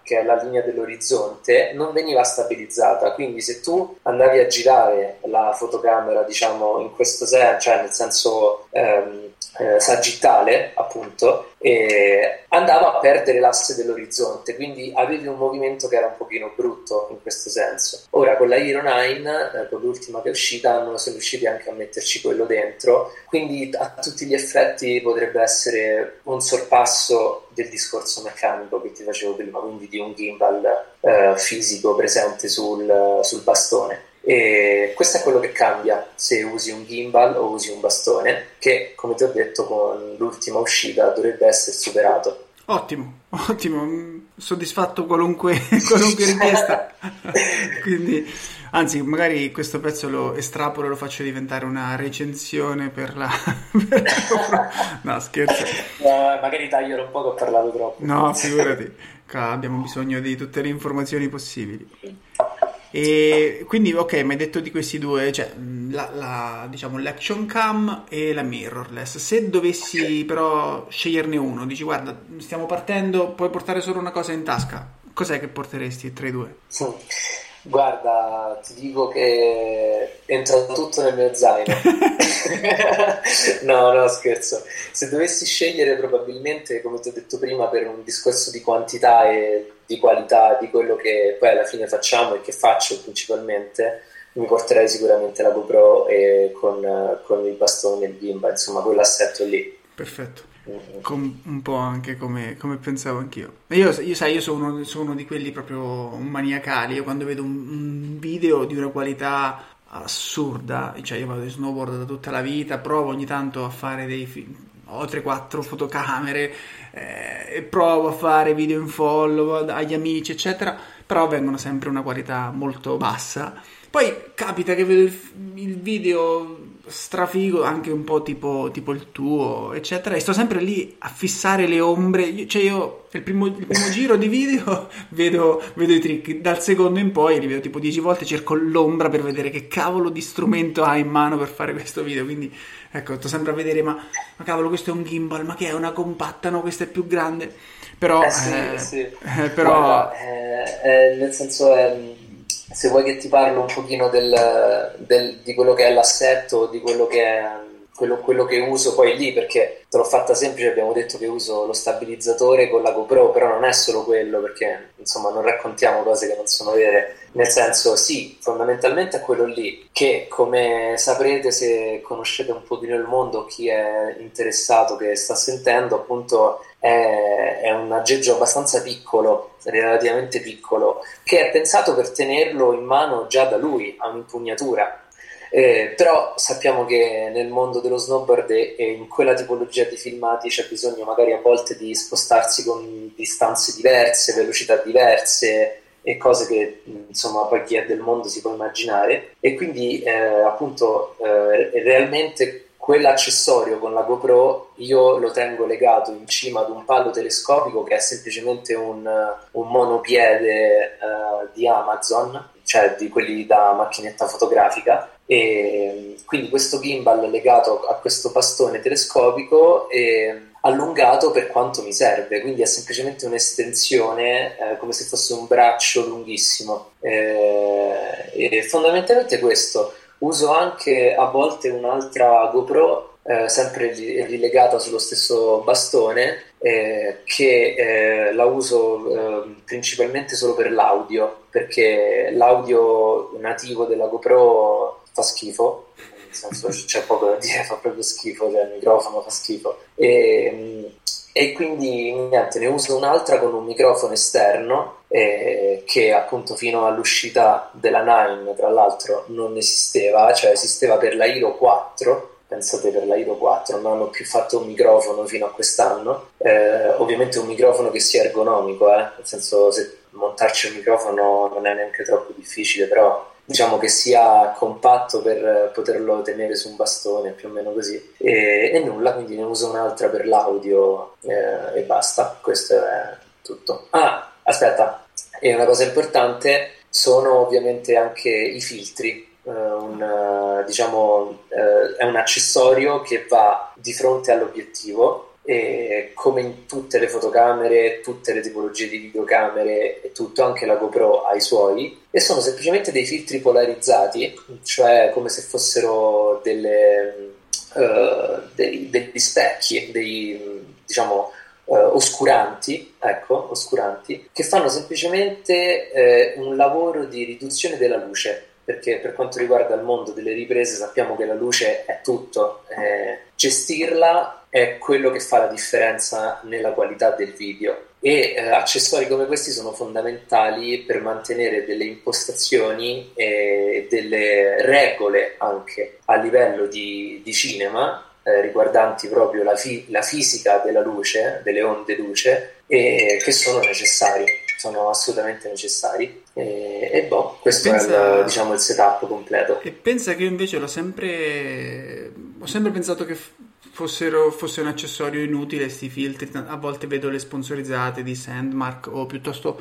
che è la linea dell'orizzonte, non veniva stabilizzata, quindi se tu andavi a girare la fotocamera, diciamo, in questo senso, cioè nel senso ehm, eh, sagittale, appunto, e andava a perdere l'asse dell'orizzonte, quindi avevi un movimento che era un pochino brutto in questo senso. Ora con la Hero nove, eh, con l'ultima che è uscita, hanno, sono riusciti anche a metterci quello dentro, quindi a tutti gli effetti potrebbe essere un sorpasso del discorso meccanico che ti facevo prima, quindi di un gimbal eh, fisico presente sul, sul bastone. E questo è quello che cambia se usi un gimbal o usi un bastone, che come ti ho detto con l'ultima uscita dovrebbe essere superato. Ottimo, ottimo, soddisfatto qualunque, qualunque richiesta. Quindi, anzi, magari questo pezzo lo estrapolo e lo faccio diventare una recensione per la... per la... No, scherzo. Uh, magari taglialo un po' che ho parlato troppo. No, figurati, qua abbiamo bisogno di tutte le informazioni possibili. E quindi, ok, mi hai detto di questi due, cioè la, la, diciamo l'action cam e la mirrorless. Se dovessi però sceglierne uno, dici guarda, stiamo partendo, puoi portare solo una cosa in tasca, cos'è che porteresti tra i due? Sì. Guarda, ti dico che entra tutto nel mio zaino. No, no, scherzo. Se dovessi scegliere, probabilmente, come ti ho detto prima, per un discorso di quantità e di qualità di quello che poi alla fine facciamo e che faccio principalmente, mi porterei sicuramente la GoPro e con, con il bastone e il gimbal, insomma, quell'assetto lì. Perfetto. Com- un po' anche come, come pensavo anch'io. Io, io sai, io sono uno, sono uno di quelli proprio maniacali. Io quando vedo un, un video di una qualità assurda, cioè io vado in snowboard da tutta la vita, provo ogni tanto a fare dei film, ho tre quattro fotocamere, eh, e provo a fare video in follow agli amici, eccetera, però vengono sempre una qualità molto bassa. Poi capita che vedo il, il video strafigo, anche un po' tipo, tipo il tuo, eccetera, e sto sempre lì a fissare le ombre. Io, cioè io il primo, il primo giro di video vedo, vedo i trick, dal secondo in poi li vedo tipo dieci volte, cerco l'ombra per vedere che cavolo di strumento ha in mano per fare questo video. Quindi ecco, sto sempre a vedere, ma, ma cavolo, questo è un gimbal, ma che è una compatta, no, questa è più grande. Però, eh sì, eh, sì. Eh, però... Guarda, eh, eh, nel senso è... se vuoi che ti parlo un pochino del, del, di quello che è l'assetto, di quello che è quello, quello che uso poi lì, perché te l'ho fatta semplice, abbiamo detto che uso lo stabilizzatore con la GoPro, però non è solo quello, perché insomma non raccontiamo cose che non sono vere, nel senso sì, fondamentalmente è quello lì, che come saprete se conoscete un pochino il mondo, chi è interessato che sta sentendo, appunto è, è un aggeggio abbastanza piccolo, relativamente piccolo, che è pensato per tenerlo in mano già da lui, a un'impugnatura. Eh, però sappiamo che nel mondo dello snowboard e, e in quella tipologia di filmati c'è bisogno magari a volte di spostarsi con distanze diverse, velocità diverse e cose che insomma poi chi è del mondo si può immaginare, e quindi eh, appunto eh, realmente quell'accessorio con la GoPro io lo tengo legato in cima ad un palo telescopico che è semplicemente un, un monopiede uh, di Amazon, cioè di quelli da macchinetta fotografica, e quindi questo gimbal legato a questo bastone telescopico e allungato per quanto mi serve, quindi è semplicemente un'estensione, eh, come se fosse un braccio lunghissimo, eh, e fondamentalmente questo. Uso anche a volte un'altra GoPro, eh, sempre rilegata sullo stesso bastone, eh, che eh, la uso eh, principalmente solo per l'audio, perché l'audio nativo della GoPro fa schifo, nel senso c'è poco da dire, fa proprio schifo, cioè il microfono fa schifo, e, e quindi niente, ne uso un'altra con un microfono esterno, eh, che appunto fino all'uscita della nove tra l'altro non esisteva, cioè esisteva per la Hero quattro, pensate, per la Hero quattro non hanno più fatto un microfono fino a quest'anno, eh, ovviamente un microfono che sia ergonomico, eh, nel senso se montarci un microfono non è neanche troppo difficile, però diciamo che sia compatto per poterlo tenere su un bastone, più o meno così, e, e nulla, quindi ne uso un'altra per l'audio, eh, e basta, questo è tutto. Ah, aspetta, e una cosa importante sono ovviamente anche i filtri. Uh, un, uh, diciamo uh, è un accessorio che va di fronte all'obiettivo, e come in tutte le fotocamere, tutte le tipologie di videocamere e tutto, anche la GoPro ha i suoi, e sono semplicemente dei filtri polarizzati, cioè come se fossero delle, uh, dei, degli specchi, dei, diciamo, uh, oscuranti, ecco, oscuranti, che fanno semplicemente eh, un lavoro di riduzione della luce. Perché per quanto riguarda il mondo delle riprese sappiamo che la luce è tutto, eh, gestirla è quello che fa la differenza nella qualità del video, e eh, accessori come questi sono fondamentali per mantenere delle impostazioni e delle regole anche a livello di, di cinema, eh, riguardanti proprio la, fi- la fisica della luce, delle onde luce, e che sono necessari, sono assolutamente necessari. E, e boh, questo pensa, è il, diciamo, il setup completo. E pensa che io invece l'ho sempre ho sempre pensato che fossero fosse un accessorio inutile sti filtri. A volte vedo le sponsorizzate di Sandmark o piuttosto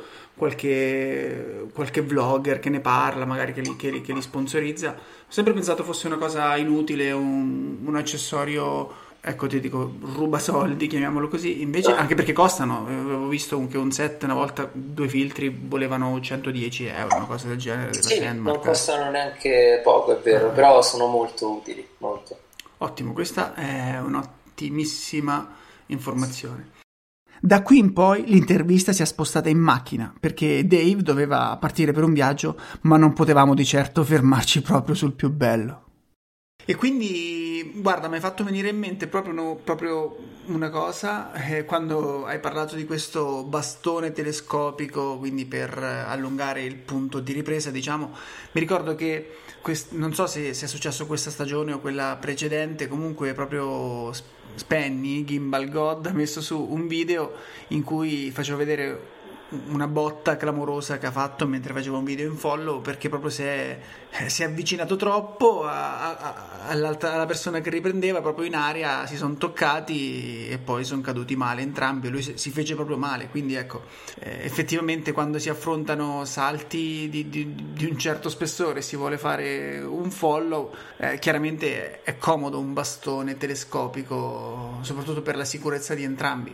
qualche qualche vlogger che ne parla, magari che li, che li, che li sponsorizza. Ho sempre pensato fosse una cosa inutile, un, un accessorio, ecco, ti dico, ruba soldi, chiamiamolo così, invece, anche perché costano. Avevo visto che un set, una volta, due filtri volevano centodieci euro, una cosa del genere. Sì, non costano neanche poco, è vero, ah. però sono molto utili, molto. Ottimo, questa è un'ottimissima informazione. Da qui in poi l'intervista si è spostata in macchina, perché Dave doveva partire per un viaggio, ma non potevamo di certo fermarci proprio sul più bello. E quindi, guarda, mi hai fatto venire in mente proprio, no, proprio una cosa, eh, quando hai parlato di questo bastone telescopico, quindi per allungare il punto di ripresa, diciamo, mi ricordo che, quest- non so se, se è successo questa stagione o quella precedente, comunque proprio Spenny, Gimbal God, ha messo su un video in cui facevo vedere una botta clamorosa che ha fatto mentre faceva un video in follow, perché proprio si è, si è avvicinato troppo a, a, alla persona che riprendeva, proprio in aria si sono toccati e poi sono caduti male entrambi, lui si fece proprio male. Quindi ecco, eh, effettivamente quando si affrontano salti di, di, di un certo spessore e si vuole fare un follow, eh, chiaramente è comodo un bastone telescopico, soprattutto per la sicurezza di entrambi.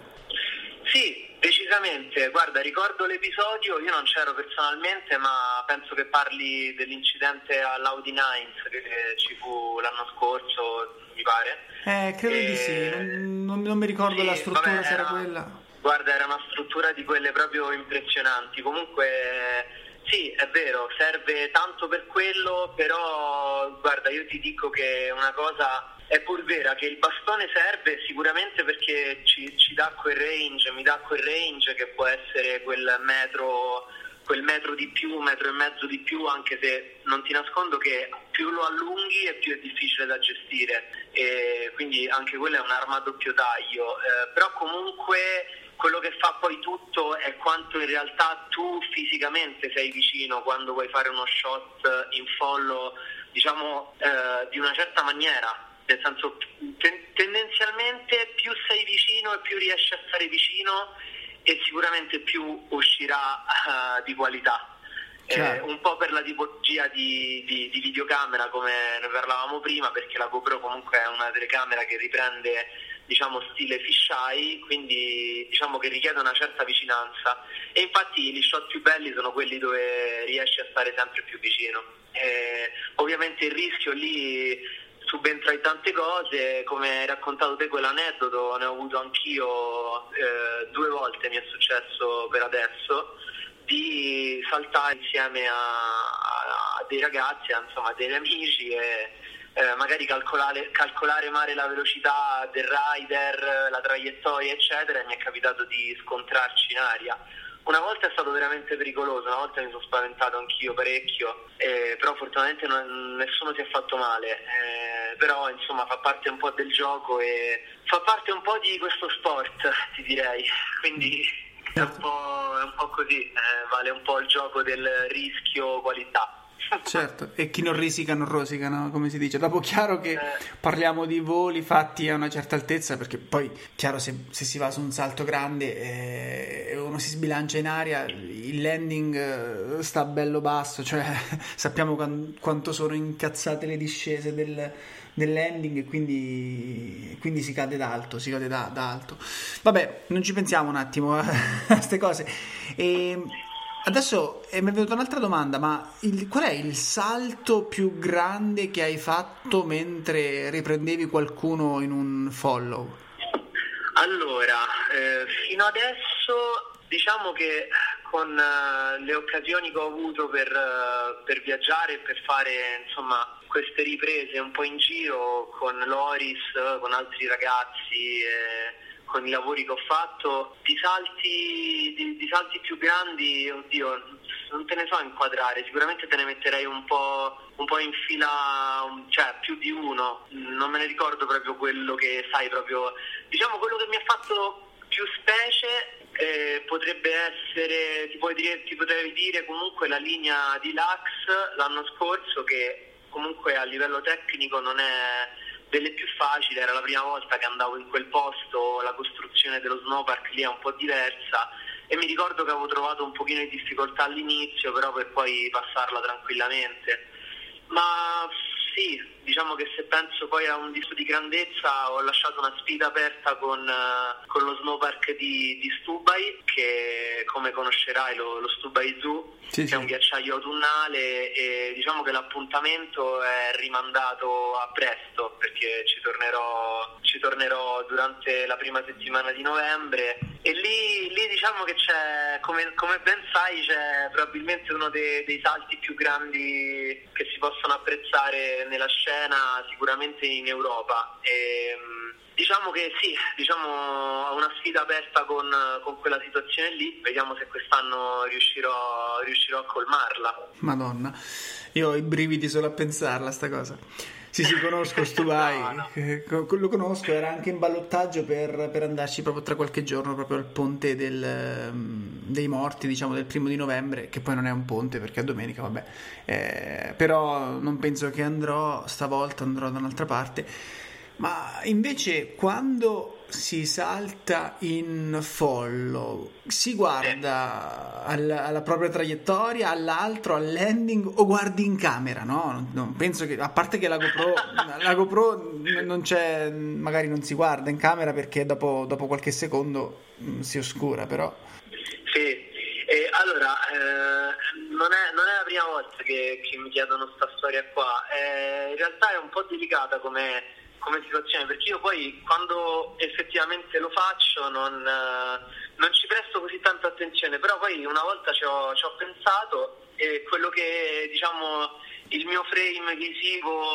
Sì, decisamente. Guarda, ricordo l'episodio, io non c'ero personalmente, ma penso che parli dell'incidente all'Audi Nines che ci fu l'anno scorso, mi pare. Eh, credo e... di sì, non, non mi ricordo sì, la struttura, vabbè, se era, era quella. Guarda, era una struttura di quelle proprio impressionanti. Comunque, sì, è vero, serve tanto per quello, però guarda, io ti dico che una cosa è pur vera, che il bastone serve sicuramente perché ci, ci dà quel range, mi dà quel range che può essere quel metro, quel metro di più, metro e mezzo di più, anche se non ti nascondo che più lo allunghi e più è difficile da gestire, e quindi anche quella è un'arma a doppio taglio, eh, però comunque quello che fa poi tutto è quanto in realtà tu fisicamente sei vicino quando vuoi fare uno shot in follow, diciamo, eh, di una certa maniera. Nel senso, ten- tendenzialmente più sei vicino e più riesci a stare vicino e sicuramente più uscirà uh, di qualità. Eh, un po' per la tipologia di, di, di videocamera, come ne parlavamo prima, perché la GoPro comunque è una telecamera che riprende, diciamo, stile fisheye, quindi diciamo che richiede una certa vicinanza, e infatti gli shot più belli sono quelli dove riesci a stare sempre più vicino. Eh, ovviamente il rischio lì subentra in tante cose, come hai raccontato te quell'aneddoto, ne ho avuto anch'io, eh, due volte mi è successo per adesso, di saltare insieme a, a dei ragazzi, insomma a degli amici, e eh, magari calcolare, calcolare male la velocità del rider, la traiettoria eccetera, e mi è capitato di scontrarci in aria. Una volta è stato veramente pericoloso, una volta mi sono spaventato anch'io parecchio, eh, però fortunatamente non, nessuno si è fatto male, eh, però insomma fa parte un po' del gioco e fa parte un po' di questo sport, ti direi, quindi è un po', è un po' così, eh, vale un po' il gioco del rischio-qualità. Certo, e chi non risica non rosica, no? Come si dice. Dopo, chiaro che eh. parliamo di voli fatti a una certa altezza, perché poi chiaro, se, se si va su un salto grande e eh, uno si sbilancia in aria, il landing sta bello basso, cioè sappiamo qu- quanto sono incazzate le discese del, del landing e quindi, quindi si cade d'alto, si cade da, da alto. Vabbè, non ci pensiamo un attimo a queste cose. E adesso eh, mi è venuta un'altra domanda, ma il, qual è il salto più grande che hai fatto mentre riprendevi qualcuno in un follow? Allora, eh, fino adesso diciamo che con uh, le occasioni che ho avuto per, uh, per viaggiare e per fare insomma queste riprese un po' in giro con Loris, con altri ragazzi, eh, con i lavori che ho fatto, di salti, di, di salti più grandi, oddio, non te ne so inquadrare, sicuramente te ne metterei un po', un po' in fila, cioè più di uno, non me ne ricordo proprio quello che sai proprio, diciamo quello che mi ha fatto più specie eh, potrebbe essere, ti, puoi dire, ti potrei dire comunque la linea di Lux l'anno scorso, che comunque a livello tecnico non è delle più facili, era la prima volta che andavo in quel posto, la costruzione dello snowpark lì è un po' diversa e mi ricordo che avevo trovato un pochino di difficoltà all'inizio, però per poi passarla tranquillamente. Ma sì, diciamo che se penso poi a un disco di grandezza, ho lasciato una sfida aperta con, uh, con lo snowpark di, di Stubai, che come conoscerai lo, lo Stubai Zoo, sì, che sì. è un ghiacciaio autunnale, e diciamo che l'appuntamento è rimandato a presto perché ci tornerò, ci tornerò durante la prima settimana di novembre e lì, lì diciamo che c'è, come, come ben sai, c'è probabilmente uno dei, dei salti più grandi che si possono apprezzare nella scena, sicuramente in Europa. E, diciamo che sì, diciamo ho una sfida aperta con, con quella situazione lì, vediamo se quest'anno riuscirò, riuscirò a colmarla. Madonna, io ho i brividi solo a pensarla sta cosa. Sì, sì, conosco Stubai, no, no. Eh, lo conosco, era anche in ballottaggio per, per andarci proprio tra qualche giorno, proprio al ponte del, dei morti, diciamo, del primo di novembre, che poi non è un ponte perché è domenica, vabbè. Eh, però non penso che andrò, stavolta andrò da un'altra parte. Ma invece quando si salta in follow si guarda alla, alla propria traiettoria, all'altro, al landing, o guardi in camera? No, non, non penso che, a parte che la GoPro, la GoPro non c'è, magari non si guarda in camera perché dopo, dopo qualche secondo mh, si oscura, però. Sì. Eh, allora, eh, non, è, non è la prima volta che, che mi chiedono sta storia qua, eh, in realtà è un po' delicata come come situazione, perché io poi quando effettivamente lo faccio non, non ci presto così tanta attenzione, però poi una volta ci ho, ci ho pensato e quello che diciamo il mio frame visivo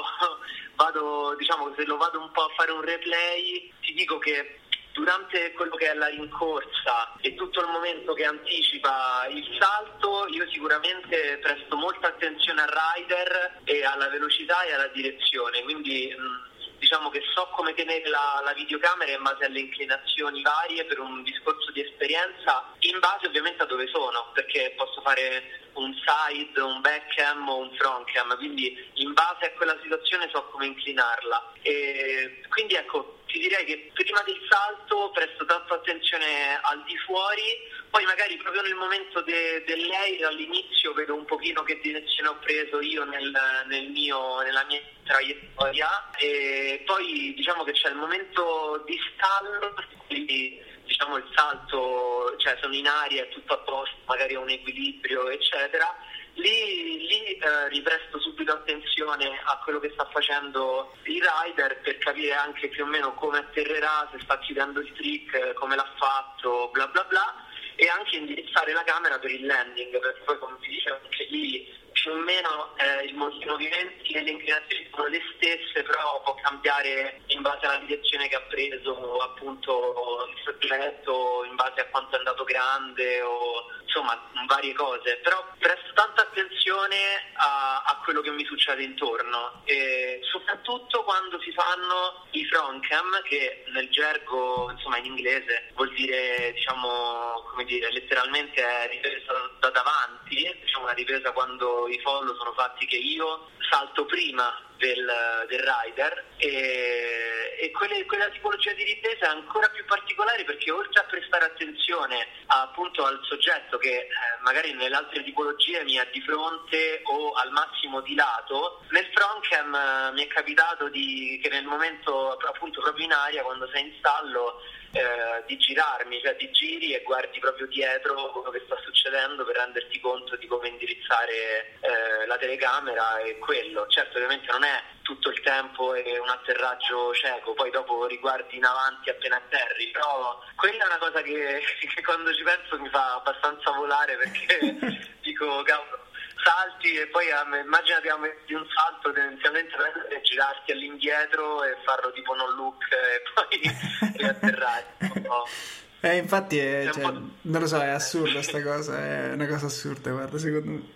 vado, diciamo, se lo vado un po' a fare un replay, ti dico che durante quello che è la rincorsa e tutto il momento che anticipa il salto, io sicuramente presto molta attenzione al rider e alla velocità e alla direzione, quindi mh, diciamo che so come tenere la, la videocamera in base alle inclinazioni varie per un discorso di esperienza, in base ovviamente a dove sono, perché posso fare un side, un backcam o un frontcam, quindi in base a quella situazione so come inclinarla. E quindi ecco, ti direi che prima del salto presto tanto attenzione al di fuori, poi magari proprio nel momento de, dell'air all'inizio vedo un pochino che direzione ho preso io nel, nel mio, nella mia traiettoria, e poi diciamo che c'è il momento di stallo, quindi diciamo il salto, cioè sono in aria, è tutto a posto, magari ho un equilibrio eccetera, lì, lì eh, ripresto subito attenzione a quello che sta facendo il rider per capire anche più o meno come atterrerà, se sta chiudendo il trick, come l'ha fatto, bla bla bla, e anche indirizzare la camera per il landing, perché poi come ti dicevo anche lì più o meno eh, i movimenti e le inclinazioni sono le stesse, però può cambiare in base alla direzione che ha preso appunto il soggetto, in base a quanto è andato grande o insomma varie cose, però presto tanta attenzione a, a quello che mi succede intorno, e soprattutto quando si fanno i frontcam, che nel gergo insomma in inglese vuol dire, diciamo, come dire, letteralmente è ripresa da davanti, diciamo una ripresa quando i follow sono fatti che io salto prima del, del rider e, e quelle, quella tipologia di ripresa è ancora più particolare perché oltre a prestare attenzione appunto al soggetto che eh, magari nelle altre tipologie mi è di fronte o al massimo di lato, nel frontcam eh, mi è capitato di, che nel momento appunto proprio in aria quando sei in stallo Eh, di girarmi, cioè ti giri e guardi proprio dietro quello che sta succedendo per renderti conto di come indirizzare eh, la telecamera e quello. Certo, ovviamente non è tutto il tempo e un atterraggio cieco, poi dopo riguardi in avanti appena atterri, però quella è una cosa che, che quando ci penso mi fa abbastanza volare perché dico, cavolo, salti e poi immagina di un salto tendenzialmente per girarti all'indietro e farlo tipo no look e poi riatterrare. No. Eh, infatti è, cioè, non lo so, è assurda sta cosa, è una cosa assurda, guarda, secondo me.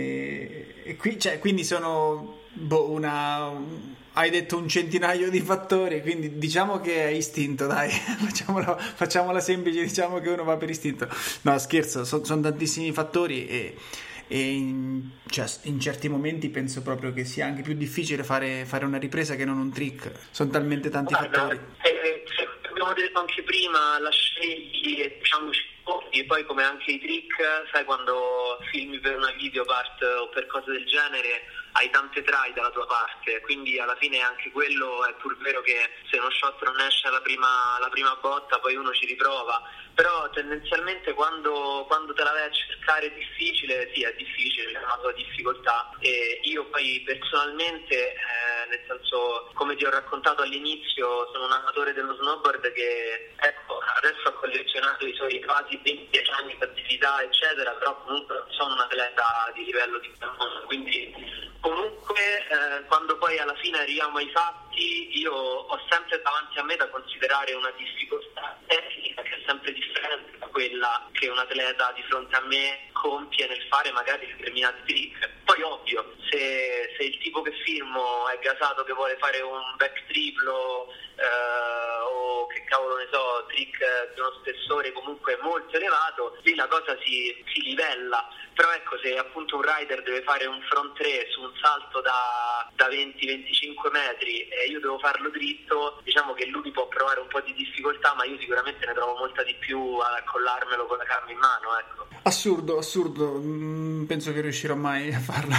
E, e qui, cioè, quindi sono boh, una hai detto un centinaio di fattori, quindi diciamo che è istinto, dai, facciamola, facciamola semplice, diciamo che uno va per istinto. No, scherzo, sono son tantissimi fattori e e in, cioè, in certi momenti penso proprio che sia anche più difficile fare, fare una ripresa che non un trick, sono talmente tanti Guarda, fattori. Eh, abbiamo detto anche prima, la scegli e diciamo e poi come anche i trick, sai, quando filmi per una videopart o per cose del genere hai tante try dalla tua parte, quindi alla fine anche quello è pur vero che se uno shot non esce alla prima, alla prima botta poi uno ci riprova, però tendenzialmente quando, quando te la vai a cercare è difficile, sì è difficile, c'è una sua difficoltà e io poi personalmente, eh, nel senso come ti ho raccontato all'inizio, sono un amatore dello snowboard che ecco adesso ha collezionato i suoi quasi venti anni di attività eccetera, però comunque sono un atleta di livello di mondo, quindi comunque eh, quando poi alla fine arriviamo ai fatti io ho sempre davanti a me da considerare una difficoltà tecnica che è sempre differente da quella che un atleta di fronte a me compie nel fare magari determinati trick. Poi ovvio, se, se il tipo che filmo è gasato che vuole fare un back triplo eh, o che cavolo ne so, trick di uno spessore comunque molto elevato, lì la cosa si, si livella. Però ecco, se appunto un rider deve fare un front tre su un salto da, da venti venticinque metri e io devo farlo dritto, diciamo che lui può provare un po' di difficoltà, ma io sicuramente ne trovo molta di più a collarmelo con la camera in mano, ecco. Assurdo, assurdo, mm, penso che riuscirò mai a farlo.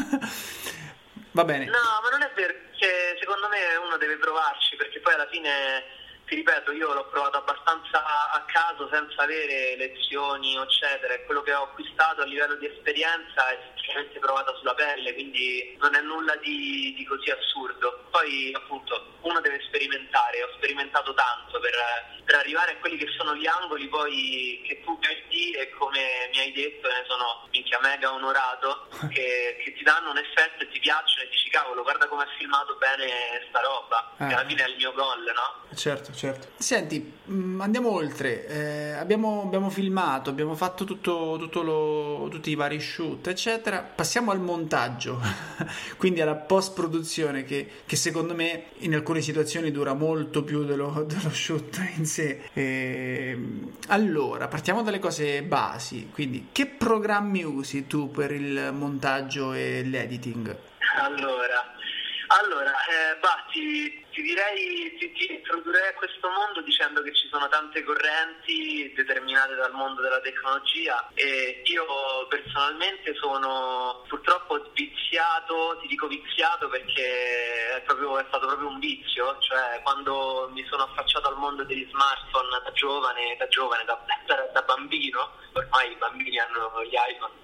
Va bene. No, ma non è vero, cioè, secondo me uno deve provarci, perché poi alla fine ti ripeto, io l'ho provato abbastanza a caso senza avere lezioni eccetera, e quello che ho acquistato a livello di esperienza è semplicemente provata sulla pelle, quindi non è nulla di, di così assurdo. Poi appunto uno deve sperimentare, ho sperimentato tanto per, per arrivare a quelli che sono gli angoli poi che tu vedi e come mi hai detto ne sono minchia mega onorato che, che ti danno un effetto e ti piacciono e dici cavolo guarda come ha filmato bene sta roba, ah. che alla fine è il mio gol, no? Certo, certo. Senti, andiamo oltre, eh, abbiamo, abbiamo filmato, abbiamo fatto tutto, tutto lo, tutti i vari shoot eccetera, passiamo al montaggio quindi alla post produzione che, che secondo me in alcune situazioni dura molto più dello, dello shoot in sé. E, allora partiamo dalle cose basi, quindi che programmi usi tu per il montaggio e l'editing? Allora Allora, eh, bah, ti, ti direi, ti, ti introdurrei a questo mondo dicendo che ci sono tante correnti determinate dal mondo della tecnologia e io personalmente sono purtroppo viziato, ti dico viziato perché è, proprio, è stato proprio un vizio, cioè quando mi sono affacciato al mondo degli smartphone da giovane, da giovane, da, da, da bambino, ormai i bambini hanno gli iPhone.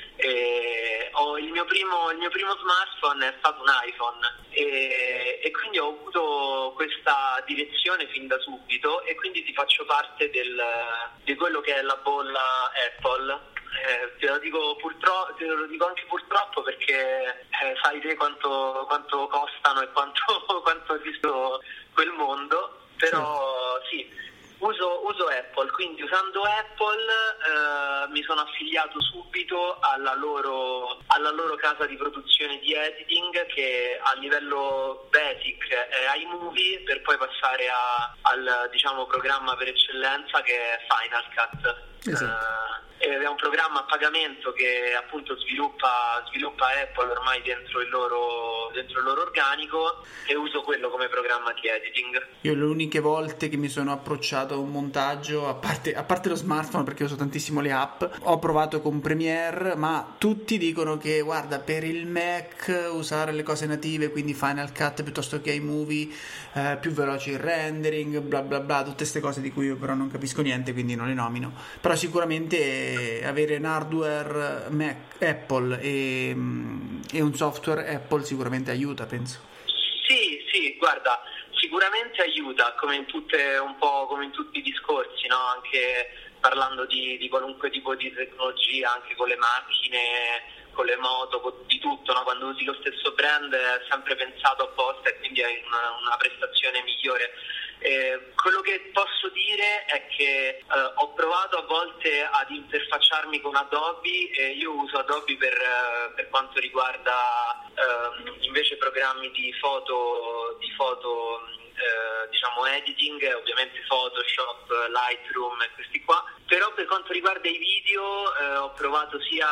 E ho il mio primo il mio primo smartphone è stato un iPhone e, e quindi ho avuto questa direzione fin da subito e quindi ti faccio parte del, di quello che è la bolla Apple. Eh, te lo dico purtroppo, te lo dico anche purtroppo perché eh, sai te quanto, quanto costano e quanto, quanto rischio quel mondo, però sì. Uso, uso Apple, quindi usando Apple eh, mi sono affiliato subito alla loro, alla loro casa di produzione di editing che a livello basic è iMovie per poi passare a, al diciamo programma per eccellenza che è Final Cut. Esatto. Eh, e abbiamo un programma a pagamento che appunto sviluppa, sviluppa Apple ormai dentro il loro dentro il loro organico, e uso quello come programma di editing. Io le uniche volte che mi sono approcciato a un montaggio, a parte, a parte lo smartphone, perché uso tantissimo le app, ho provato con Premiere, ma tutti dicono che guarda, per il Mac usare le cose native, quindi Final Cut piuttosto che iMovie, eh, più veloce il rendering, bla bla bla, tutte queste cose di cui io però non capisco niente, quindi non le nomino. Però sicuramente avere un hardware Mac, Apple e, e un software Apple sicuramente aiuta, penso. Sì, sì, guarda, sicuramente aiuta, come in tutte, un po' come in tutti i discorsi, no? Anche parlando di, di qualunque tipo di tecnologia, anche con le macchine, con le moto, con di tutto, no? Quando usi lo stesso brand è sempre pensato apposta e quindi hai una, una prestazione migliore. Eh, quello che posso dire è che eh, ho provato a volte ad interfacciarmi con Adobe, e io uso Adobe per, eh, per quanto riguarda eh, invece programmi di foto, di foto eh, diciamo editing, ovviamente Photoshop, Lightroom e questi qua. Però per quanto riguarda i video eh, ho provato sia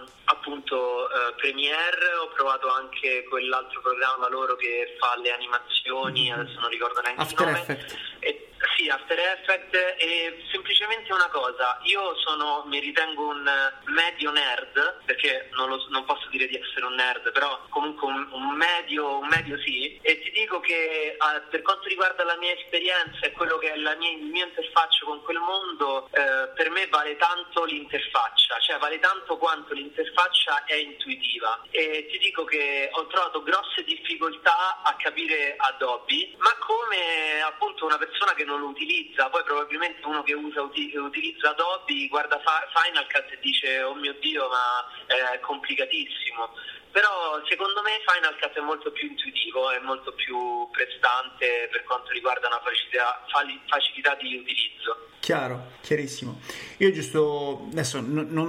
appunto eh, Premiere, ho provato anche quell'altro programma loro che fa le animazioni, adesso non ricordo neanche After il nome. Effects. E, sì, After Effects, e semplicemente una cosa, io sono, mi ritengo un medio nerd, perché non, lo, non posso dire di essere un nerd, però comunque un, un medio un medio sì, e ti dico che eh, per quanto riguarda la mia esperienza e quello che è la mia, il mio interfaccio con quel mondo, eh, per me vale tanto l'interfaccia, cioè vale tanto quanto l'interfaccia è intuitiva, e ti dico che ho trovato grosse difficoltà a capire Adobe, ma come appunto una persona che non lo utilizza, poi probabilmente uno che usa uti- utilizza Adobe guarda fa- Final Cut e dice oh mio Dio, ma è complicatissimo. Però secondo me Final Cut è molto più intuitivo, è molto più prestante per quanto riguarda una facilità, facilità di utilizzo. Chiaro, chiarissimo. Io giusto adesso n- non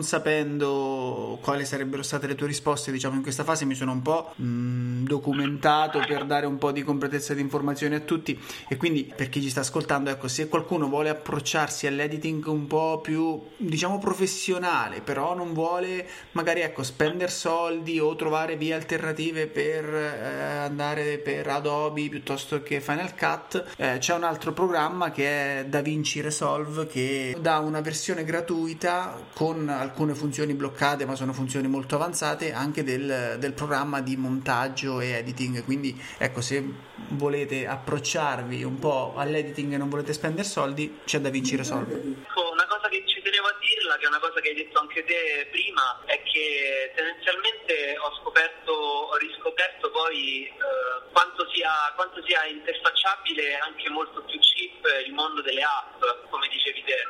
sapendo quali sarebbero state le tue risposte, diciamo in questa fase mi sono un po' mh, documentato per dare un po' di completezza di informazioni a tutti, e quindi per chi ci sta ascoltando, ecco, se qualcuno vuole approcciarsi all'editing un po' più diciamo professionale, però non vuole magari ecco spendere soldi o trovare vie alternative per eh, andare per Adobe piuttosto che Final Cut, eh, c'è un altro programma che è DaVinci Resolve, che dà una versione gratuita con alcune funzioni bloccate, ma sono funzioni molto avanzate anche del, del programma di montaggio e editing. Quindi ecco, se volete approcciarvi un po' all'editing e non volete spendere soldi, c'è DaVinci Resolve. Una cosa che ci tenevo a dirla, che è una cosa che hai detto anche te prima, è che tendenzialmente ho scoperto, ho riscoperto poi eh, quanto sia quanto sia interfacciabile, anche molto più cheap, il mondo delle app, come dicevi te.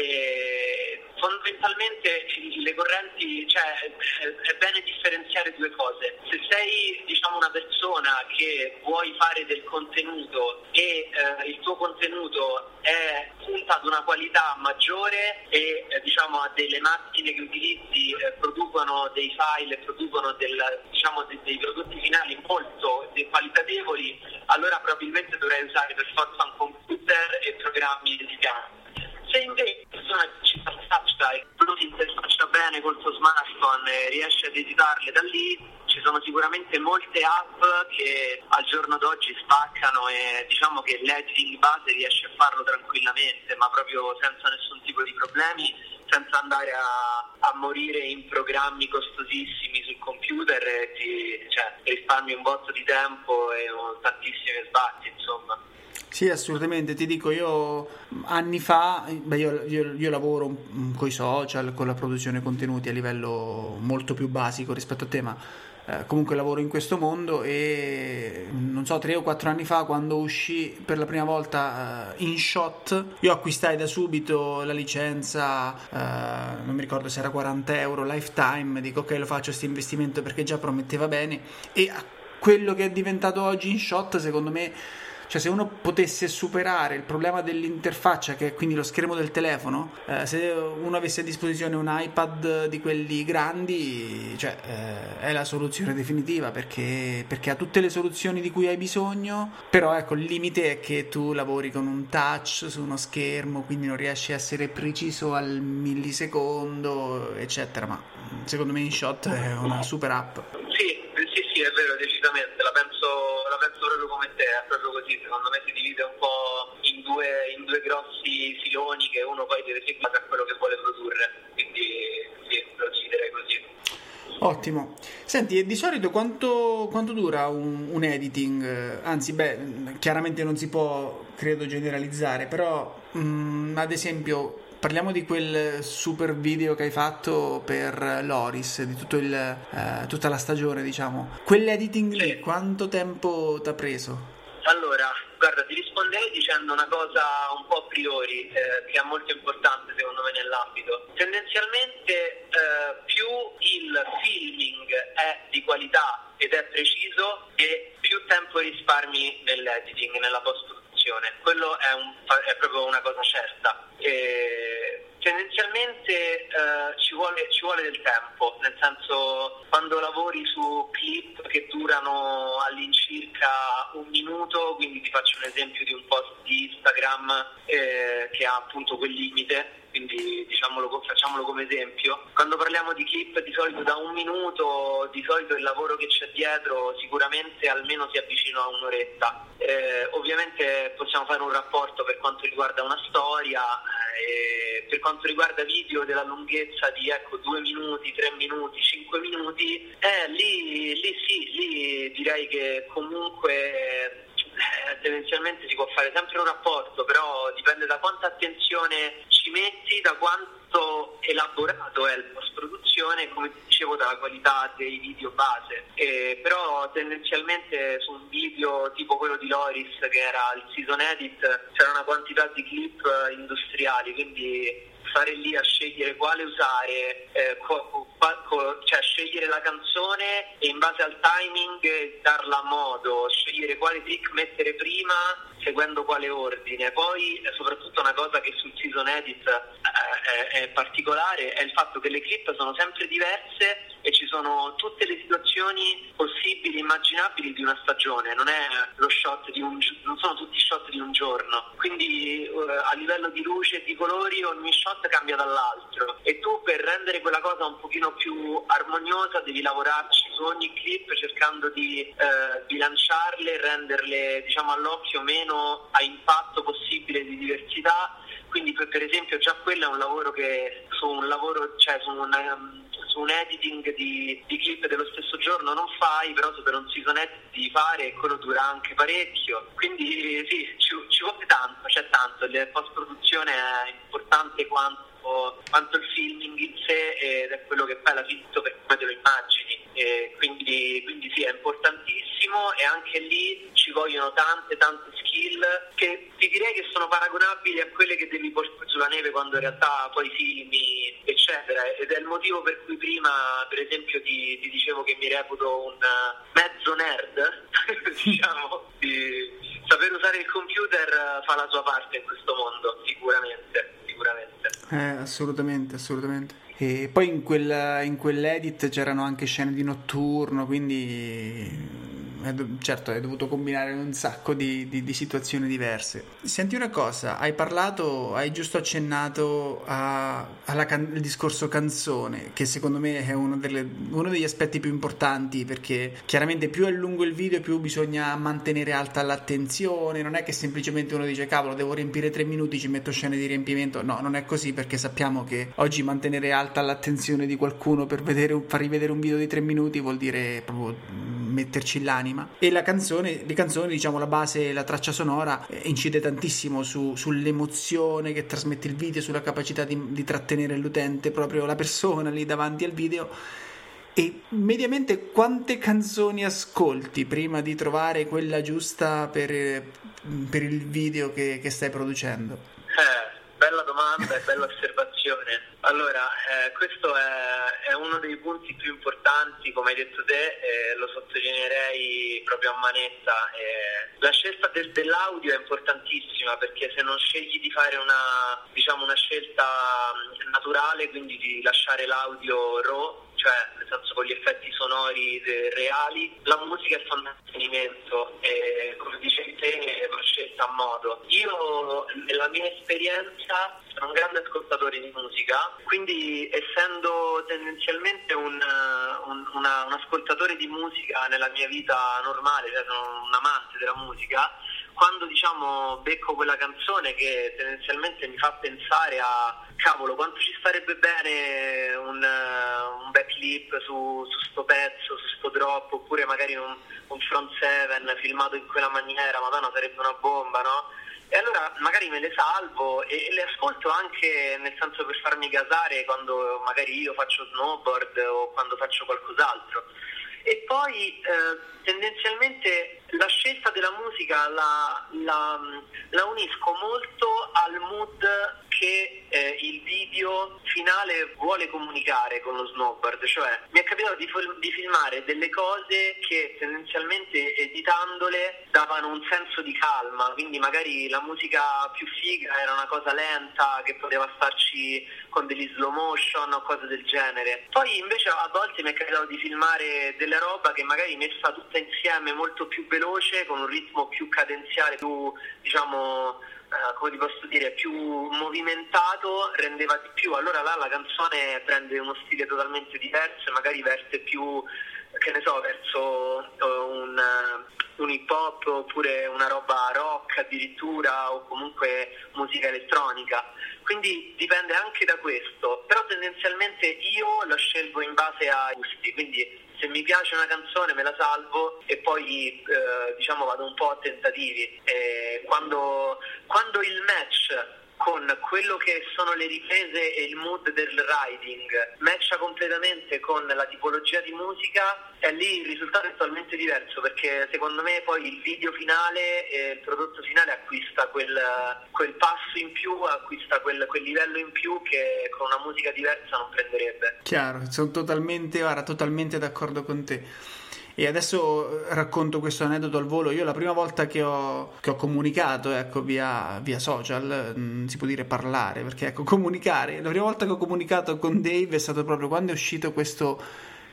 E fondamentalmente le correnti, cioè è bene differenziare due cose. Se sei diciamo una persona che vuoi fare del contenuto e eh, il tuo contenuto è punta ad una qualità maggiore e eh, diciamo a delle macchine che utilizzi eh, producono dei file, producono del, diciamo de- dei prodotti finali molto qualitatevoli, allora probabilmente dovrai usare per forza un computer e programmi dedicati. Se invece la persona ci interfaccia e non si interfaccia bene col suo smartphone e riesce ad editarle da lì, ci sono sicuramente molte app che al giorno d'oggi spaccano, e diciamo che l'editing base riesce a farlo tranquillamente, ma proprio senza nessun tipo di problemi, senza andare a, a morire in programmi costosissimi sul computer, e ti cioè, risparmi un botto di tempo e oh, tantissime sbatti, insomma. Sì, assolutamente, ti dico, io anni fa, beh, io, io, io lavoro con i social, con la produzione contenuti a livello molto più basico rispetto a te, ma eh, comunque lavoro in questo mondo, e non so, tre o quattro anni fa, quando uscì per la prima volta uh, InShot, io acquistai da subito la licenza, uh, non mi ricordo se era quaranta euro lifetime, dico ok, lo faccio questo investimento perché già prometteva bene, e quello che è diventato oggi InShot secondo me Cioè, se uno potesse superare il problema dell'interfaccia, che è quindi lo schermo del telefono, eh, se uno avesse a disposizione un iPad di quelli grandi, cioè eh, è la soluzione definitiva, perché, perché ha tutte le soluzioni di cui hai bisogno. Però ecco, il limite è che tu lavori con un touch su uno schermo, quindi non riesci a essere preciso al millisecondo, eccetera. Ma secondo me InShot è una super app. Sì, sì, sì, è vero, decisamente, la penso, la penso proprio come te, è proprio così. Secondo me si divide un po' in due, in due grossi filoni che uno poi deve seguire a quello che vuole produrre, quindi sì, lo deciderei così. Ottimo. Senti, e di solito quanto, quanto dura un, un editing? Anzi, beh, chiaramente non si può, credo, generalizzare, però mh, ad esempio parliamo di quel super video che hai fatto per Loris, di tutto il, eh, tutta la stagione, diciamo. Quell'editing lì, Sì. quanto tempo ti ha preso? Allora, guarda, ti risponderei dicendo una cosa un po' a priori, eh, che è molto importante secondo me nell'ambito. Tendenzialmente eh, più il filming è di qualità ed è preciso, e più tempo risparmi nell'editing, nella post-produzione. Quello è, un, è proprio una cosa certa. E tendenzialmente eh, ci vuole, ci vuole del tempo, nel senso, quando lavori su clip che durano all'incirca un minuto, quindi ti faccio un esempio di un post di Instagram eh, che ha appunto quel limite, quindi diciamolo, facciamolo come esempio. Quando parliamo di clip di solito da un minuto, di solito il lavoro che c'è dietro sicuramente almeno si avvicina a un'oretta. Eh, ovviamente possiamo fare un rapporto per quanto riguarda una storia, eh, per quanto riguarda video della lunghezza di ecco due minuti, tre minuti, cinque minuti, eh, lì, lì sì, lì direi che comunque eh, tendenzialmente si può fare sempre un rapporto, però dipende da quanta attenzione ci metti, da quanto elaborato è il post-produzione e, come ti dicevo, dalla qualità dei video base. Eh, però tendenzialmente su un video tipo quello di Loris, che era il season edit, c'era una quantità di clip industriali, quindi stare lì a scegliere quale usare, eh, co- co- cioè scegliere la canzone e in base al timing darla a modo, scegliere quale trick mettere prima seguendo quale ordine. Poi soprattutto una cosa che sul season edit eh, è, è particolare è il fatto che le clip sono sempre diverse e ci sono tutte le situazioni possibili, immaginabili di una stagione, non è lo shot di un non sono tutti shot di un giorno, quindi eh, a livello di luce e di colori ogni shot cambia dall'altro, e tu per rendere quella cosa un pochino più armoniosa devi lavorarci su ogni clip cercando di eh, bilanciarle e renderle, diciamo, all'occhio meno a impatto possibile di diversità. Quindi per, per esempio già quello è un lavoro che su un lavoro, cioè su un, um, su un editing di, di clip dello stesso giorno non fai, però su per un season edit devi fare, e quello dura anche parecchio. Quindi sì, ci, ci vuole tanto, c'è tanto, la post-produzione è importante quanto quanto il filming in sé, ed è quello che poi alla fine per come te lo immagini, e quindi, quindi sì, è importantissimo, e anche lì ci vogliono tante tante skill che ti direi che sono paragonabili a quelle che devi portare sulla neve quando in realtà poi filmi eccetera, ed è il motivo per cui prima per esempio ti, ti dicevo che mi reputo un mezzo nerd diciamo, di saper usare il computer fa la sua parte in questo mondo, sicuramente sicuramente. Eh, assolutamente, assolutamente. E poi in, quel, in quell'edit c'erano anche scene di notturno, quindi è do- certo hai dovuto combinare un sacco di, di, di situazioni diverse. Senti una cosa, hai parlato, hai giusto accennato a, alla can- al discorso canzone, che secondo me è uno, delle, uno degli aspetti più importanti, perché chiaramente più è lungo il video più bisogna mantenere alta l'attenzione, non è che semplicemente uno dice cavolo devo riempire tre minuti, ci metto scene di riempimento. No, non è così, perché sappiamo che oggi mantenere alta l'attenzione di qualcuno per vedere, far rivedere un video di tre minuti vuol dire proprio metterci l'anima. E la canzone, le canzoni, diciamo, la base, la traccia sonora eh, incide tantissimo su, sull'emozione che trasmette il video, sulla capacità di, di trattenere l'utente, proprio la persona lì davanti al video. E mediamente quante canzoni ascolti prima di trovare quella giusta per, per il video che, che stai producendo? Eh, bella domanda e bella osservazione. Allora, eh, questo è, è uno dei punti più importanti, come hai detto te, eh, lo sottolineerei proprio a manetta. Eh, la scelta del, dell'audio è importantissima, perché se non scegli di fare una, diciamo, una scelta naturale, quindi di lasciare l'audio raw, cioè nel senso con gli effetti sonori de- reali, la musica è fondamentale e come dicevi te va scelta a modo. Io nella mia esperienza sono un grande ascoltatore di musica, quindi essendo tendenzialmente un, un, una, un ascoltatore di musica nella mia vita normale, cioè sono un amante della musica, quando diciamo becco quella canzone che tendenzialmente mi fa pensare a cavolo quanto ci starebbe bene un, un backflip su, su sto pezzo, su sto drop, oppure magari un, un front seven filmato in quella maniera, madonna sarebbe una bomba, no? E allora magari me le salvo e, e le ascolto anche nel senso per farmi gasare quando magari io faccio snowboard o quando faccio qualcos'altro. E poi eh, tendenzialmente la scelta della musica la, la, la unisco molto al mood che eh, il video finale vuole comunicare con lo snowboard, cioè mi è capitato di, di filmare delle cose che tendenzialmente editandole davano un senso di calma, quindi magari la musica più figa era una cosa lenta che poteva starci con degli slow motion o cose del genere. Poi invece a volte mi è capitato di filmare delle roba che magari messa tutta insieme molto più veloce, con un ritmo più cadenziale, più diciamo Uh, come ti posso dire, più movimentato, rendeva di più. Allora là la canzone prende uno stile totalmente diverso e magari verte più, che ne so, verso uh, un, uh, un hip hop oppure una roba rock addirittura, o comunque musica elettronica. Quindi dipende anche da questo, però tendenzialmente io lo scelgo in base ai gusti, quindi se mi piace una canzone me la salvo e poi eh, diciamo vado un po' a tentativi. E quando, quando il match con quello che sono le riprese e il mood del riding matcha completamente con la tipologia di musica, e lì il risultato è totalmente diverso, perché secondo me poi il video finale e il prodotto finale acquista quel, quel passo in più, acquista quel, quel livello in più che con una musica diversa non prenderebbe. Chiaro, sono totalmente, guarda, totalmente d'accordo con te. E adesso racconto questo aneddoto al volo. Io la prima volta che ho, che ho comunicato, ecco, via, via social, mh, si può dire parlare, perché ecco, comunicare, la prima volta che ho comunicato con Dave è stato proprio quando è uscito questo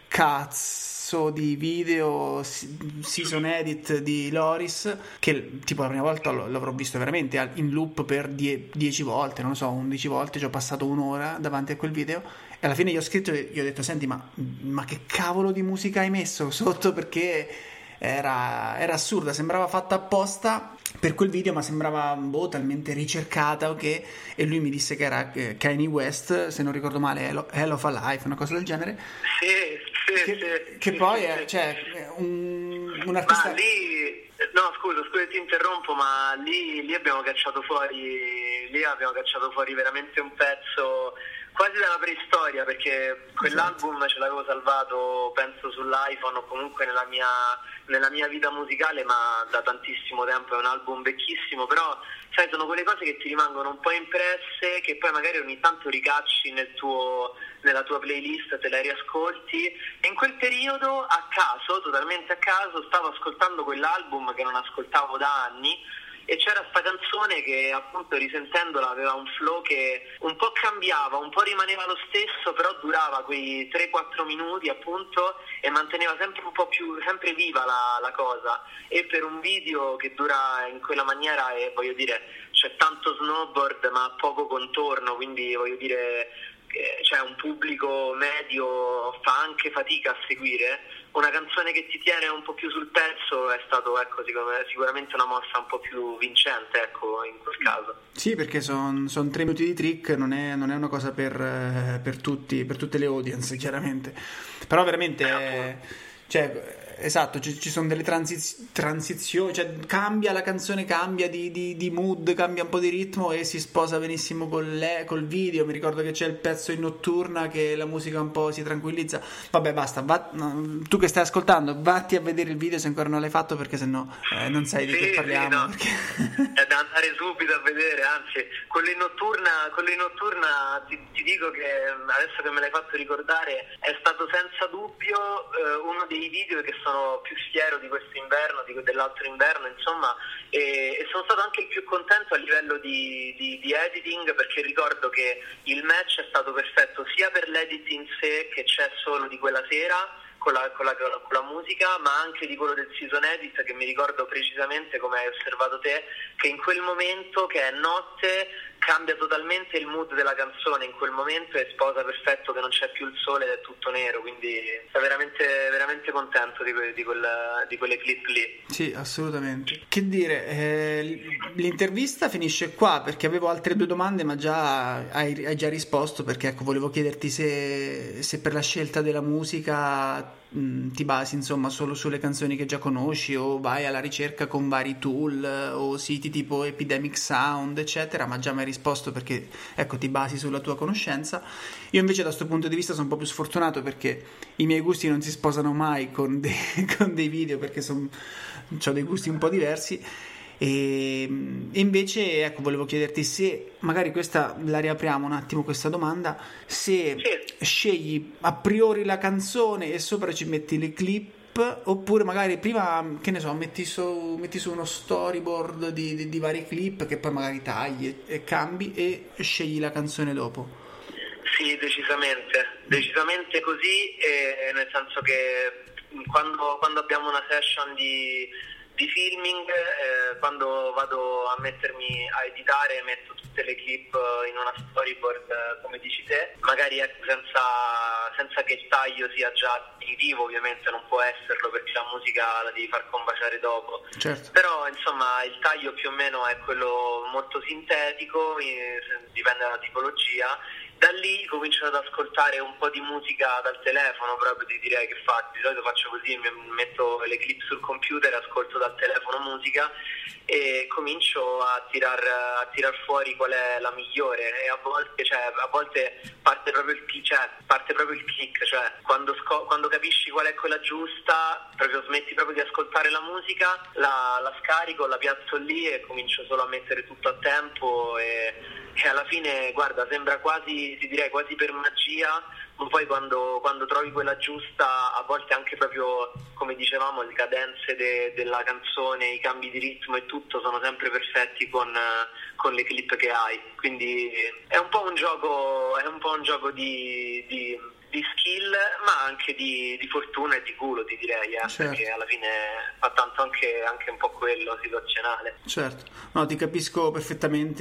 cazzo di video season edit di Loris, che tipo la prima volta l'avrò visto veramente in loop per die- dieci volte, non lo so, undici volte, ci ho passato un'ora davanti a quel video. E alla fine gli ho scritto e gli ho detto: senti, ma, ma che cavolo di musica hai messo sotto? Perché era, era assurda, sembrava fatta apposta per quel video, ma sembrava boh, talmente ricercata, ok? E lui mi disse che era eh, Kanye West, se non ricordo male, Hell, Hell of a Life, una cosa del genere. Sì, sì, che, sì. Che sì, poi sì, è, sì. cioè, un, un artista... Ma lì... No, scusa, scusa ti interrompo, ma lì, lì abbiamo cacciato fuori, lì abbiamo cacciato fuori veramente un pezzo quasi dalla preistoria, perché quell'album esatto. Ce l'avevo salvato, penso, sull'iPhone o comunque nella mia, nella mia vita musicale, ma da tantissimo tempo. È un album vecchissimo, però sai, sono quelle cose che ti rimangono un po' impresse, che poi magari ogni tanto ricacci nel tuo, nella tua playlist, te la riascolti. E in quel periodo, a caso, totalmente a caso, stavo ascoltando quell'album che non ascoltavo da anni, e c'era sta canzone che appunto risentendola aveva un flow che un po' cambiava, un po' rimaneva lo stesso, però durava quei tre quattro minuti appunto e manteneva sempre un po' più, sempre viva la, la cosa. E per un video che dura in quella maniera, e voglio dire, c'è tanto snowboard ma poco contorno, quindi voglio dire, c'è un pubblico medio, fa anche fatica a seguire. Una canzone che ti tiene un po' più sul pezzo è stato, ecco, sicuramente una mossa un po' più vincente, ecco, in quel caso. Sì, perché sono son tre minuti di trick, non è, non è una cosa per, per tutti, per tutte le audience, chiaramente. Però veramente, eh, cioè, esatto, ci, ci sono delle transiz- transizioni, cioè cambia la canzone, cambia di, di, di mood, cambia un po' di ritmo e si sposa benissimo con le, col video. Mi ricordo che c'è il pezzo in Notturna che la musica un po' si tranquillizza. Vabbè, basta, va, no, tu che stai ascoltando, vatti a vedere il video se ancora non l'hai fatto, perché sennò eh, non sai di sì, che parliamo. Sì, no. Perché... è da andare subito a vedere, anzi, quello in Notturna, quello in Notturna ti, ti dico che adesso che me l'hai fatto ricordare è stato senza dubbio eh, uno dei video che sono più fiero di questo inverno, di, dell'altro inverno, insomma, e, e sono stato anche il più contento a livello di, di, di editing, perché ricordo che il match è stato perfetto sia per l'edit in sé, che c'è solo di quella sera, Con la, con, la, con la musica, ma anche di quello del season edit, che mi ricordo precisamente, come hai osservato te, che in quel momento, che è notte, cambia totalmente il mood della canzone in quel momento e sposa perfetto che non c'è più il sole ed è tutto nero, quindi sono veramente, veramente contento di, que, di, quel, di quelle clip lì. Sì, assolutamente. Che dire, eh, l'intervista finisce qua, perché avevo altre due domande ma già hai, hai già risposto, perché ecco, volevo chiederti se, se per la scelta della musica mh, ti basi insomma solo sulle canzoni che già conosci o vai alla ricerca con vari tool o siti tipo Epidemic Sound eccetera, ma già mi hai risposto perché ecco ti basi sulla tua conoscenza. Io invece da questo punto di vista sono un po' più sfortunato, perché i miei gusti non si sposano mai con dei, con dei video, perché son, ho dei gusti un po' diversi. E invece ecco volevo chiederti se magari questa la riapriamo un attimo questa domanda, se sì. scegli a priori la canzone e sopra ci metti le clip, oppure magari prima, che ne so, metti su, metti su uno storyboard di, di, di vari clip che poi magari tagli e, e cambi e scegli la canzone dopo. Sì, decisamente, decisamente così, e nel senso che quando, quando abbiamo una session di di filming, eh, quando vado a mettermi a editare metto tutte le clip in una storyboard, eh, come dici te, magari ecco, senza, senza che il taglio sia già definitivo, ovviamente non può esserlo perché la musica la devi far combaciare dopo, certo. Però insomma il taglio più o meno è quello molto sintetico, eh, dipende dalla tipologia. Da lì comincio ad ascoltare un po' di musica dal telefono, proprio ti direi che faccio, di solito faccio così, mi metto le clip sul computer, ascolto dal telefono musica e comincio a tirar, a tirar fuori qual è la migliore, e a volte, cioè, a volte parte proprio il click, cioè, parte proprio il click, cioè quando, sco- quando capisci qual è quella giusta, proprio smetti proprio di ascoltare la musica, la, la scarico, la piazzo lì e comincio solo a mettere tutto a tempo e, e alla fine, guarda, sembra quasi, ti direi quasi per magia, ma poi quando, quando trovi quella giusta, a volte anche proprio, come dicevamo, le cadenze de, della canzone, i cambi di ritmo e tutto sono sempre perfetti con, con le clip che hai, quindi è un po' un gioco, è un po' un gioco di, di, di skill, ma anche di, di fortuna e di culo, ti direi, eh, certo. Perché alla fine fa tanto anche, anche un po' quello situazionale. Certo, no, ti capisco perfettamente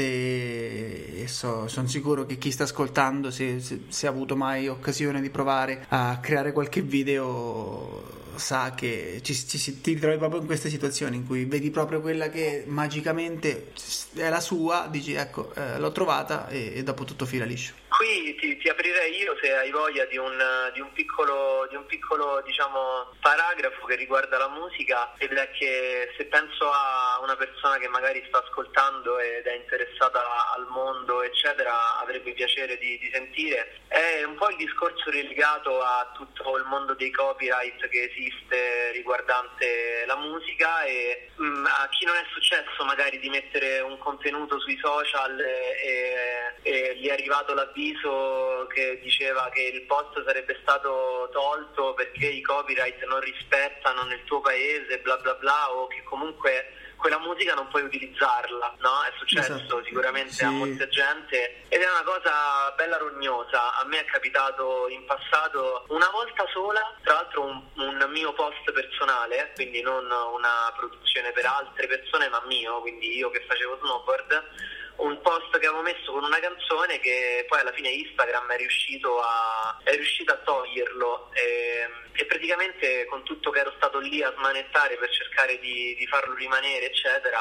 e so, sono sicuro che chi sta ascoltando, se, se, se ha avuto mai occasione di provare a creare qualche video, sa che ci, ci, ti trovi proprio in queste situazioni in cui vedi proprio quella che magicamente è la sua, dici ecco, eh, l'ho trovata e, e dopo tutto fila liscio. Qui ti, ti aprirei io, se hai voglia, di un, di un piccolo, di un piccolo diciamo paragrafo che riguarda la musica, ed è che se penso a una persona che magari sta ascoltando ed è interessata al mondo eccetera, avrebbe piacere di, di sentire, è un po' il discorso relegato a tutto il mondo dei copyright che esiste riguardante la musica, e mh, a chi non è successo magari di mettere un contenuto sui social e, e, e gli è arrivato l'avviso che diceva che il post sarebbe stato tolto perché i copyright non rispettano nel tuo paese, bla bla bla, o che comunque quella musica non puoi utilizzarla, no? È successo esatto. sicuramente Sì. a molta gente ed è una cosa bella rognosa. A me è capitato in passato una volta sola, tra l'altro un, un mio post personale, quindi non una produzione per altre persone ma mio, quindi io che facevo snowboard, un post che avevo messo con una canzone che poi alla fine Instagram è riuscito a è riuscito a toglierlo e, e praticamente con tutto che ero stato lì a smanettare per cercare di, di farlo rimanere eccetera,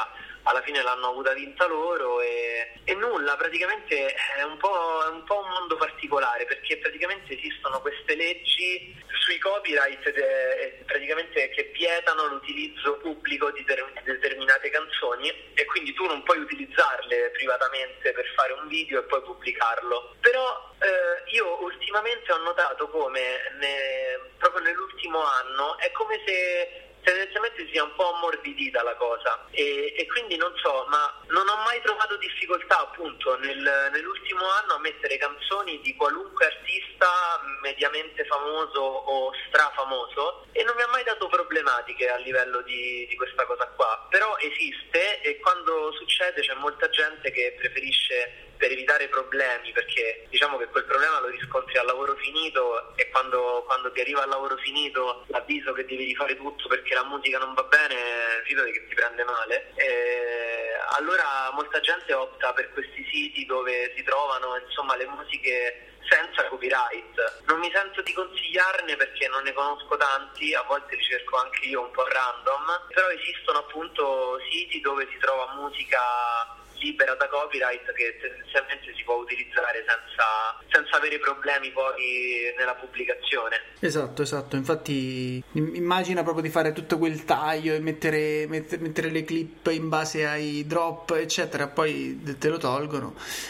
alla fine l'hanno avuta vinta loro e, e nulla, praticamente è un po', è un po' un mondo particolare, perché praticamente esistono queste leggi sui copyright de, praticamente che vietano l'utilizzo pubblico di, ter, di determinate canzoni, e quindi tu non puoi utilizzarle privatamente per fare un video e poi pubblicarlo. Però eh, io ultimamente ho notato come ne, proprio nell'ultimo anno è come se tendenzialmente sia un po' ammorbidita la cosa e, e quindi non so, ma non ho mai trovato difficoltà appunto nel, nell'ultimo anno a mettere canzoni di qualunque artista mediamente famoso o strafamoso, e non mi ha mai dato problematiche a livello di, di questa cosa qua. Però esiste, e quando succede c'è molta gente che preferisce, per evitare problemi, perché diciamo che quel problema lo riscontri al lavoro finito, e quando, quando ti arriva al lavoro finito l'avviso che devi rifare tutto perché la musica non va bene, fidati che ti prende male. E allora molta gente opta per questi siti dove si trovano insomma le musiche senza copyright. Non mi sento di consigliarne perché non ne conosco tanti, a volte li cerco anche io un po' random, però esistono appunto siti dove si trova musica libera da copyright che tendenzialmente si può utilizzare senza, senza avere problemi poi nella pubblicazione. Esatto, esatto, infatti immagina proprio di fare tutto quel taglio e mettere, mettere, mettere le clip in base ai drop eccetera, poi te lo tolgono.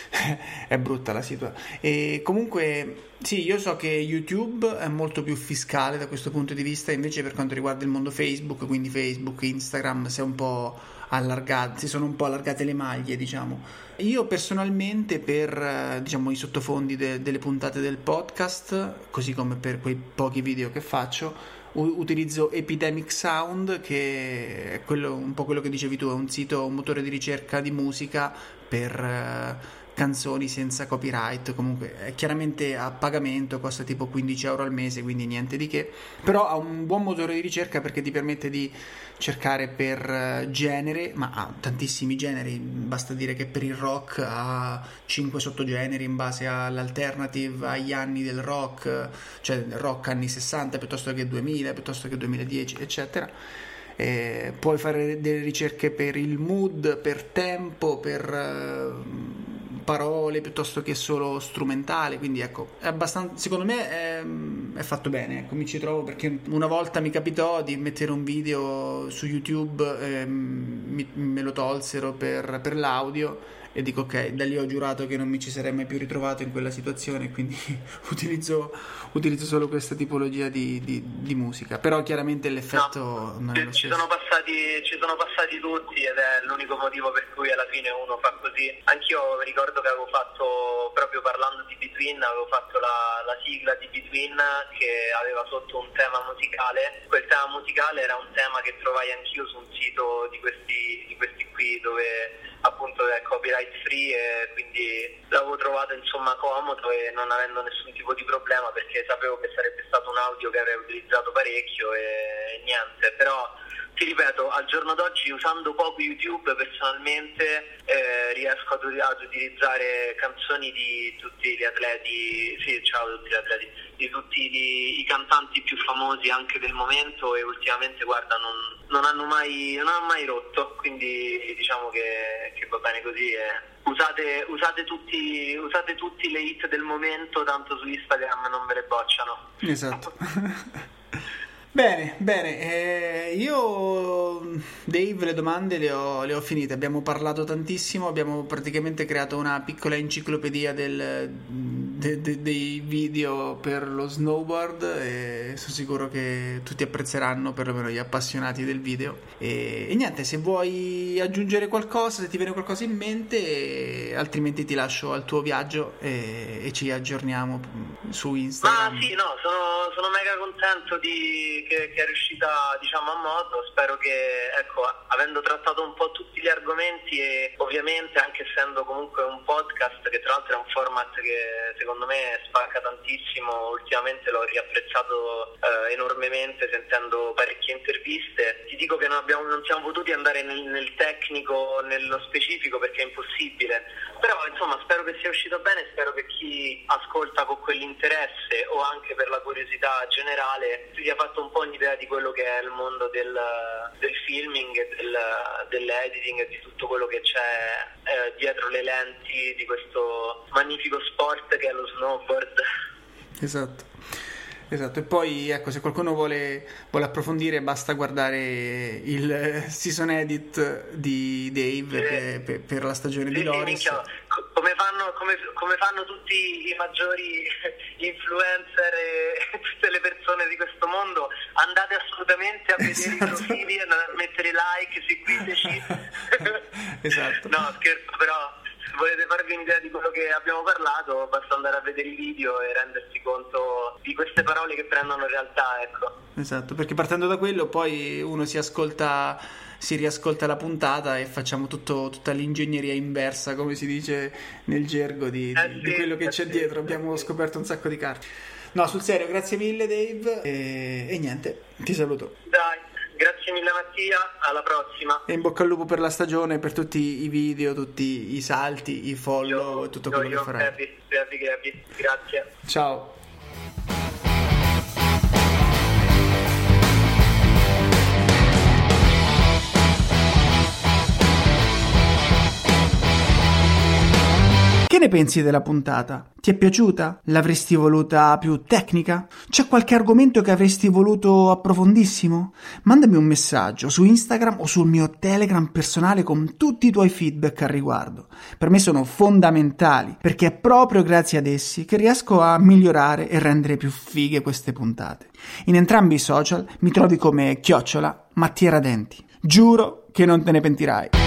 È brutta la situazione. E comunque sì, io so che YouTube è molto più fiscale da questo punto di vista, invece per quanto riguarda il mondo Facebook, quindi Facebook, Instagram, si è un po' allargati, si sono un po' allargate le maglie, diciamo. Io personalmente per diciamo i sottofondi de- delle puntate del podcast, così come per quei pochi video che faccio, u- utilizzo Epidemic Sound, che è quello, un po' quello che dicevi tu, è un sito, un motore di ricerca di musica per uh, canzoni senza copyright. Comunque è chiaramente a pagamento, costa tipo quindici euro al mese, quindi niente di che, però ha un buon motore di ricerca perché ti permette di cercare per genere, ma ha tantissimi generi, basta dire che per il rock ha cinque sottogeneri in base all'alternative, agli anni del rock, cioè rock anni sessanta piuttosto che duemila, piuttosto che duemiladieci eccetera. Eh, puoi fare delle ricerche per il mood, per tempo, per uh, parole piuttosto che solo strumentale, quindi ecco, è abbastanza, secondo me è, è fatto bene, ecco, mi ci trovo, perché una volta mi capitò di mettere un video su YouTube, eh, mi, me lo tolsero per, per l'audio, e dico ok, da lì ho giurato che non mi ci sarei mai più ritrovato in quella situazione, quindi utilizzo, utilizzo solo questa tipologia di, di, di musica, però chiaramente l'effetto no, non è lo ci stesso. Sono passati, ci sono passati tutti, ed è l'unico motivo per cui alla fine uno fa così. Anch'io ricordo che avevo fatto, proprio parlando di Between, avevo fatto la, la sigla di Between che aveva sotto un tema musicale. Quel tema musicale era un tema che trovai anch'io su un sito di questi, di questi qui dove appunto è copyright free, e quindi l'avevo trovato insomma comodo, e non avendo nessun tipo di problema, perché sapevo che sarebbe stato un audio che avrei utilizzato parecchio e niente. Però ti ripeto, al giorno d'oggi, usando poco YouTube, personalmente eh, riesco ad, ad utilizzare canzoni di tutti gli atleti, sì, ciao tutti gli atleti, di tutti gli, i cantanti più famosi anche del momento, e ultimamente guarda non, non hanno mai non hanno mai rotto, quindi diciamo che, che va bene così. Eh. Usate, usate, tutti, usate tutti le hit del momento, tanto su Instagram non ve le bocciano. Esatto. Bene, bene, eh, io Dave le domande le ho, le ho finite, abbiamo parlato tantissimo, abbiamo praticamente creato una piccola enciclopedia del, de, de, dei video per lo snowboard, e sono sicuro che tutti apprezzeranno, perlomeno gli appassionati del video. E, e niente, se vuoi aggiungere qualcosa, se ti viene qualcosa in mente, altrimenti ti lascio al tuo viaggio e, e ci aggiorniamo su Instagram. Ma sì, no, sono, sono mega contento di... Che, che è riuscita diciamo a modo. Spero che, ecco, avendo trattato un po' tutti gli argomenti, e ovviamente anche essendo comunque un podcast che tra l'altro è un format che secondo me spacca tantissimo, ultimamente l'ho riapprezzato eh, enormemente sentendo parecchie interviste. Ti dico che non, abbiamo, non siamo potuti andare nel, nel tecnico, nello specifico, perché è impossibile, però insomma spero che sia uscito bene, spero che chi ascolta con quell'interesse o anche per la curiosità generale si sia fatto un po' un'idea di quello che è il mondo del, del filming, del, dell'editing e di tutto quello che c'è eh, dietro le lenti di questo magnifico sport che è lo snowboard. Esatto. Esatto, e poi ecco, se qualcuno vuole, vuole approfondire basta guardare il season edit di Dave sì. per, per, per la stagione sì, di Loris. Sì, come fanno, come, come fanno tutti i maggiori influencer e tutte le persone di questo mondo, andate assolutamente a vedere esatto. i profili, andate a mettere like, seguiteci. Esatto. No, scherzo, però se volete farvi un'idea di quello che abbiamo parlato basta andare a vedere i video e rendersi conto di queste parole che prendono realtà, ecco. Esatto, perché partendo da quello poi uno si ascolta, si riascolta la puntata e facciamo tutto, tutta l'ingegneria inversa, come si dice nel gergo di, eh di, sì, di quello che eh c'è sì, dietro. eh Abbiamo sì. scoperto un sacco di carte. No, sul serio, grazie mille Dave e, e niente, ti saluto. Dai. Grazie mille Mattia, alla prossima. E in bocca al lupo per la stagione, per tutti i video, tutti i salti, i follow e tutto io, quello io, che farai. Happy, happy, happy. Grazie. Ciao. Che ne pensi della puntata? Ti è piaciuta? L'avresti voluta più tecnica? C'è qualche argomento che avresti voluto approfondissimo? Mandami un messaggio su Instagram o sul mio Telegram personale con tutti i tuoi feedback al riguardo. Per me sono fondamentali, perché è proprio grazie ad essi che riesco a migliorare e rendere più fighe queste puntate. In entrambi i social mi trovi come chiocciola Mattia Radenti. Giuro che non te ne pentirai.